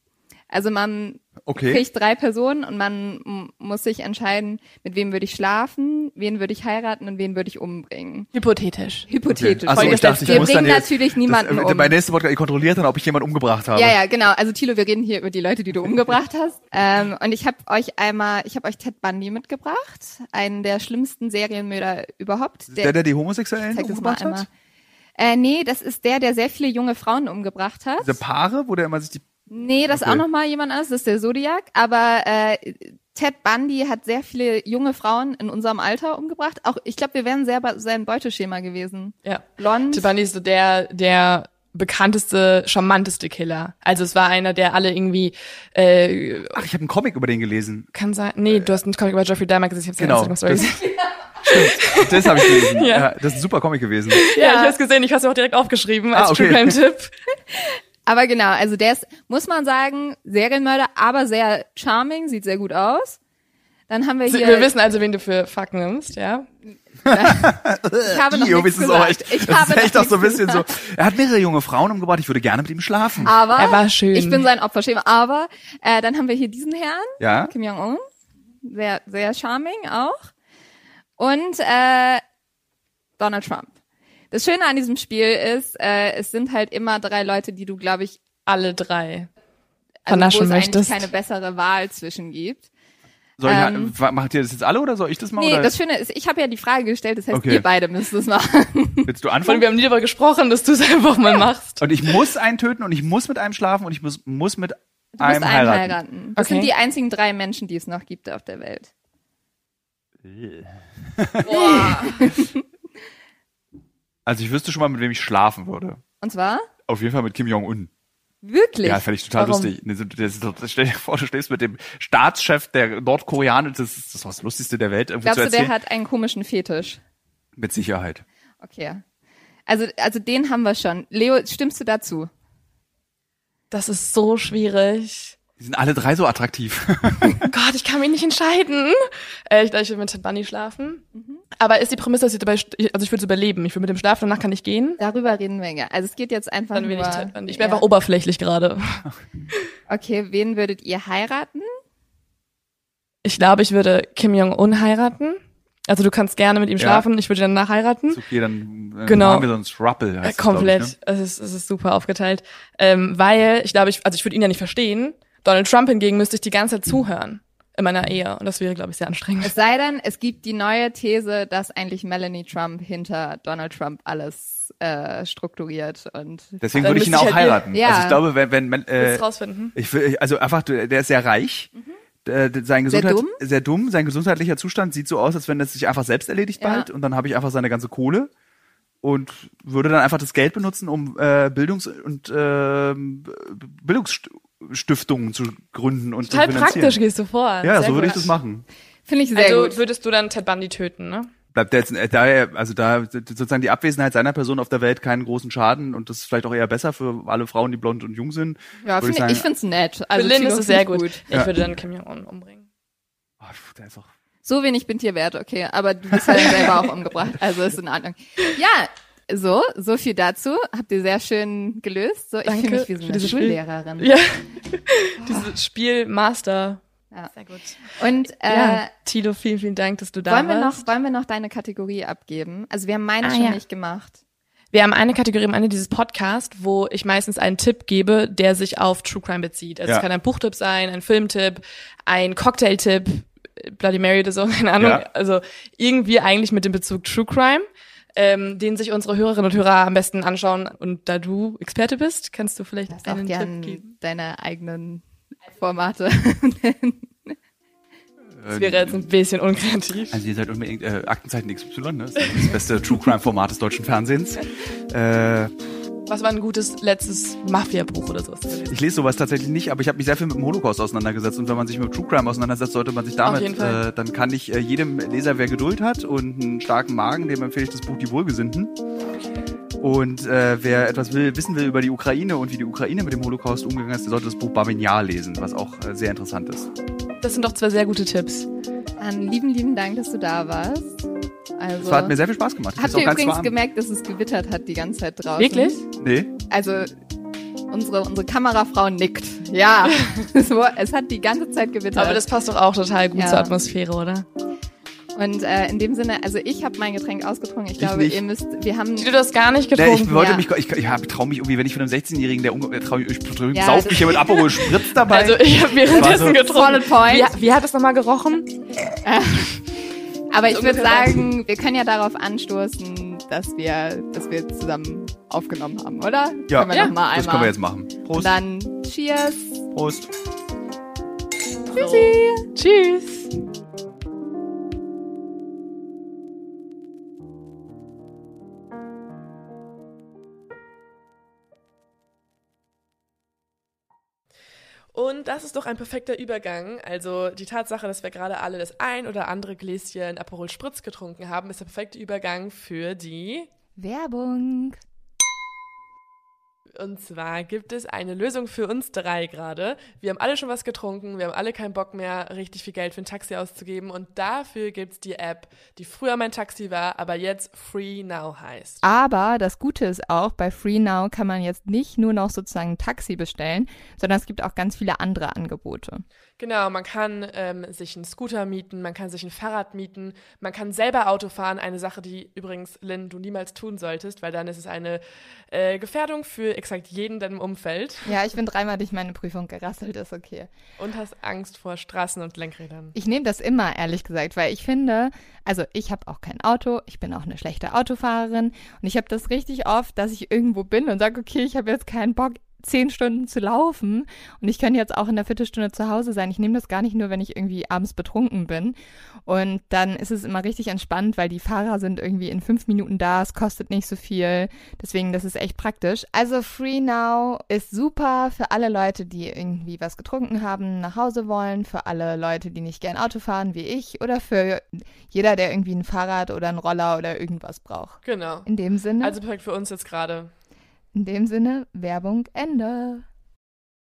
Also man Okay. kriegt drei Personen und man m- muss sich entscheiden, mit wem würde ich schlafen, wen würde ich heiraten und wen würde ich umbringen. Hypothetisch. Hypothetisch. Achso, ich dachte, ich wir muss bringen dann jetzt, natürlich niemanden das, um. Mein nächster Podcast, ihr kontrolliert dann, ob ich jemanden umgebracht habe. Ja, ja, genau. Also Thilo, wir reden hier über die Leute, die du umgebracht hast. Ähm, und ich habe euch einmal, ich habe euch Ted Bundy mitgebracht, einen der schlimmsten Serienmörder überhaupt. Der, der die Homosexuellen zeig das mal umgebracht einmal. hat? Äh, nee, das ist der, der sehr viele junge Frauen umgebracht hat. Diese Paare, wo der immer sich die... Nee, das ist Okay. auch nochmal jemand anderes, das ist der Zodiac. Aber äh, Ted Bundy hat sehr viele junge Frauen in unserem Alter umgebracht. Auch ich glaube, wir wären sehr bei sein Beuteschema gewesen. Ja. Blond. Ted Bundy ist so der, der bekannteste, charmanteste Killer. Also es war einer, der alle irgendwie, äh, Ach, ich habe einen Comic über den gelesen. kann sein, nee, du hast einen Comic über Jeffrey Dahmer gesehen, ich Genau. habe seine Instagram-Story Das- gesehen. Stimmt, das habe ich gelesen. Ja. Ja. Das ist ein super Comic gewesen. Ja, ich hab's gesehen, ich hab's mir auch direkt aufgeschrieben als Ah, okay. True Crime Tipp. Aber genau, also der ist, muss man sagen, Serienmörder, aber sehr charming, sieht sehr gut aus. Dann haben wir hier... Wir wissen also, wen du für Fuck nimmst, ja? ich habe noch Dio, nichts ist es auch gesagt. echt, Ich das habe ist echt noch auch so ein nichts bisschen so. gesagt. Er hat mehrere junge Frauen umgebracht, ich würde gerne mit ihm schlafen. Aber Er war schön. ich bin sein Opferschema. Aber äh, dann haben wir hier diesen Herrn, Ja? Kim Jong-un, sehr, sehr charming auch. Und äh, Donald Trump. Das Schöne an diesem Spiel ist, äh, es sind halt immer drei Leute, die du, glaube ich, Alle drei also wo vernaschen es möchtest. eigentlich keine bessere Wahl zwischen gibt. Soll ich, Ähm, ma- macht ihr das jetzt alle oder soll ich das mal? Nee, oder? das Schöne ist, ich habe ja die Frage gestellt, das heißt, Okay. ihr beide müsst es machen. Willst du Und anfangen? wir haben nie darüber gesprochen, dass du es einfach mal machst. Und ich muss einen töten und ich muss mit einem schlafen und ich muss, muss mit Du musst einem einen heiraten. heiraten. Das Okay. sind die einzigen drei Menschen, die es noch gibt auf der Welt. Also ich wüsste schon mal, mit wem ich schlafen würde. Und zwar? Auf jeden Fall mit Kim Jong-un. Wirklich? Ja, das fände ich total Warum? lustig. Das, das, das, das, stell dir vor, du stehst mit dem Staatschef der Nordkoreaner, das ist das, war das Lustigste der Welt, irgendwie Glaubst zu du, der erzählen. hat einen komischen Fetisch? Mit Sicherheit. Okay. Also, also den haben wir schon. Leo, stimmst du dazu? Das ist so schwierig. Die sind alle drei so attraktiv. Gott, ich kann mich nicht entscheiden. Äh, ich glaube, ich will mit Ted Bundy schlafen. Aber ist die Prämisse, dass ich dabei, st- also ich will es überleben. Ich will mit dem schlafen, danach kann ich gehen. Darüber reden wir ja. Also es geht jetzt einfach Dann will nur... ich Ted Bundy. Ich bin ja. einfach oberflächlich gerade. Okay, wen würdet ihr heiraten? Ich glaube, ich würde Kim Jong-un heiraten. Also du kannst gerne mit ihm Ja. schlafen, ich würde ihn danach heiraten. Ist okay, dann äh, Genau. machen wir sonst Rappel. Äh, Heißt komplett. Das, glaub Es ist, es ist super aufgeteilt. Ähm, weil, ich glaube, ich, also ich würde ihn ja nicht verstehen. Donald Trump hingegen müsste ich die ganze Zeit zuhören in meiner Ehe. Und das wäre, glaube ich, sehr anstrengend. Es sei denn, es gibt die neue These, dass eigentlich Melanie Trump hinter Donald Trump alles äh, strukturiert und ne? Deswegen Dann würde ich ihn müsste auch ich halt heiraten. Ja. Also ich glaube, wenn, wenn, wenn äh, Willst du rausfinden? ich will, also einfach, der ist sehr reich. Äh, sein Sehr Gesundheit, dumm? sehr dumm. Sein gesundheitlicher Zustand sieht so aus, als wenn es sich einfach selbst erledigt Ja. bald. Und dann habe ich einfach seine ganze Kohle und würde dann einfach das Geld benutzen, um äh, Bildungs- und äh, Bildungsstiftungen zu gründen und Total zu finanzieren. praktisch gehst du vor. Ja, Sehr so würde ich gut. das machen. finde ich sehr Also gut. würdest du dann Ted Bundy töten, ne? Bleibt der jetzt, äh, da er, also da sozusagen die Abwesenheit seiner Person auf der Welt keinen großen Schaden und das ist vielleicht auch eher besser für alle Frauen, die blond und jung sind. Ja, würde find, ich, sagen, finde es nett. Also Für Lynn Tilo ist es find sehr ich gut. Ich Ja. würde dann Kim Jong-un umbringen. oh, der ist auch So wenig bin dir wert, okay. Aber du bist halt selber auch umgebracht. Also ist in Ordnung. Ja, so, so viel dazu. Habt ihr sehr schön gelöst. So, ich Danke fühle mich wie so für eine dieses Spiel. Schullehrerin. Ja. Dieses Spiel Master. Ja. Sehr gut. Und äh, ja, Tilo, vielen, vielen Dank, dass du da wollen wir warst. noch, wollen wir noch deine Kategorie abgeben? Also wir haben meine Ah, schon ja. nicht gemacht. Wir haben eine Kategorie am Ende dieses Podcasts, wo ich meistens einen Tipp gebe, der sich auf True Crime bezieht. Also Ja. es kann ein Buchtipp sein, ein Filmtipp, ein Cocktailtipp, Bloody Mary oder so, keine Ahnung. Ja. Also irgendwie eigentlich mit dem Bezug True Crime, ähm, den sich unsere Hörerinnen und Hörer am besten anschauen. Und da du Experte bist, kannst du vielleicht Du darfst auch einen gern Tipp geben. deine eigenen Formate. Das wäre jetzt ein bisschen unkreativ. Also ihr seid unbedingt äh, Aktenzeichen X Y, ne? Das ist das beste True Crime Format des deutschen Fernsehens. Äh, Was war ein gutes letztes Mafia-Buch oder sowas? ich lese sowas tatsächlich nicht, aber ich habe mich sehr viel mit dem Holocaust auseinandergesetzt und wenn man sich mit True Crime auseinandersetzt, sollte man sich Auf jeden damit, Fall. äh, dann kann ich äh, jedem Leser, wer Geduld hat und einen starken Magen, dem empfehle ich das Buch Die Wohlgesinnten. Und äh, wer etwas will, wissen will über die Ukraine und wie die Ukraine mit dem Holocaust umgegangen ist, der sollte das Buch Babin Yar lesen, was auch äh, sehr interessant ist. Das sind doch zwei sehr gute Tipps. Dann lieben, lieben Dank, dass du da warst. Also, Es hat mir sehr viel Spaß gemacht. Ich habt find's ihr auch ganz übrigens warm. gemerkt, dass es gewittert hat die ganze Zeit draußen? Wirklich? Nee? Also unsere, unsere Kamerafrau nickt. Ja, so, es hat die ganze Zeit gewittert. Aber das passt doch auch total gut Ja. zur Atmosphäre, oder? Und äh, in dem Sinne, also ich habe mein Getränk ausgetrunken. Ich, Ich glaube, nicht. ihr müsst, wir haben... Du hast gar nicht Nee, getrunken. ich wollte ja. mich, ich, ich ja, traue mich irgendwie, wenn ich von einem sechzehnjährigen, der unge- trau ich, ich, ich Ja, saug das- mich hier mit Aperol Spritz dabei. Also ich habe währenddessen Das war so- getrunken. Solid point. Wie, wie hat es nochmal gerochen? Aber ich würde ungefähr sagen, wir können ja darauf anstoßen, dass wir, dass wir zusammen aufgenommen haben, oder? ja, können wir ja, noch mal einmal. das können wir jetzt machen. Und Prost. dann Cheers. Prost. Tschüssi. Tschüss. Und das ist doch ein perfekter Übergang. Also die Tatsache, dass wir gerade alle das ein oder andere Gläschen Aperol Spritz getrunken haben, ist der perfekte Übergang für die... Werbung. Und zwar gibt es eine Lösung für uns drei gerade. Wir haben alle schon was getrunken, wir haben alle keinen Bock mehr, richtig viel Geld für ein Taxi auszugeben. Und dafür gibt es die App, die früher mein Taxi war, aber jetzt Free Now heißt. Aber das Gute ist auch, bei FreeNow kann man jetzt nicht nur noch sozusagen ein Taxi bestellen, sondern es gibt auch ganz viele andere Angebote. Genau, man kann ähm, sich einen Scooter mieten, man kann sich ein Fahrrad mieten, man kann selber Auto fahren. Eine Sache, die übrigens, Lynn, du niemals tun solltest, weil dann ist es eine äh, Gefährdung für exakt jeden in deinem Umfeld Ja, ich bin dreimal durch meine Prüfung gerasselt, ist okay. und hast Angst vor Straßen und Lenkrädern. Ich nehme das immer, ehrlich gesagt, weil ich finde, also ich habe auch kein Auto, ich bin auch eine schlechte Autofahrerin und ich habe das richtig oft, dass ich irgendwo bin und sage, okay, ich habe jetzt keinen Bock, zehn Stunden zu laufen und ich kann jetzt auch in der Viertelstunde zu Hause sein. Ich nehme das gar nicht nur, wenn ich irgendwie abends betrunken bin. Und dann ist es immer richtig entspannt, weil die Fahrer sind irgendwie in fünf Minuten da, es kostet nicht so viel. Deswegen, das ist echt praktisch. Also FreeNow ist super für alle Leute, die irgendwie was getrunken haben, nach Hause wollen, für alle Leute, die nicht gern Auto fahren wie ich oder für jeder, der irgendwie ein Fahrrad oder einen Roller oder irgendwas braucht. Genau. In dem Sinne, Also perfekt für uns jetzt gerade. in dem Sinne, Werbung Ende.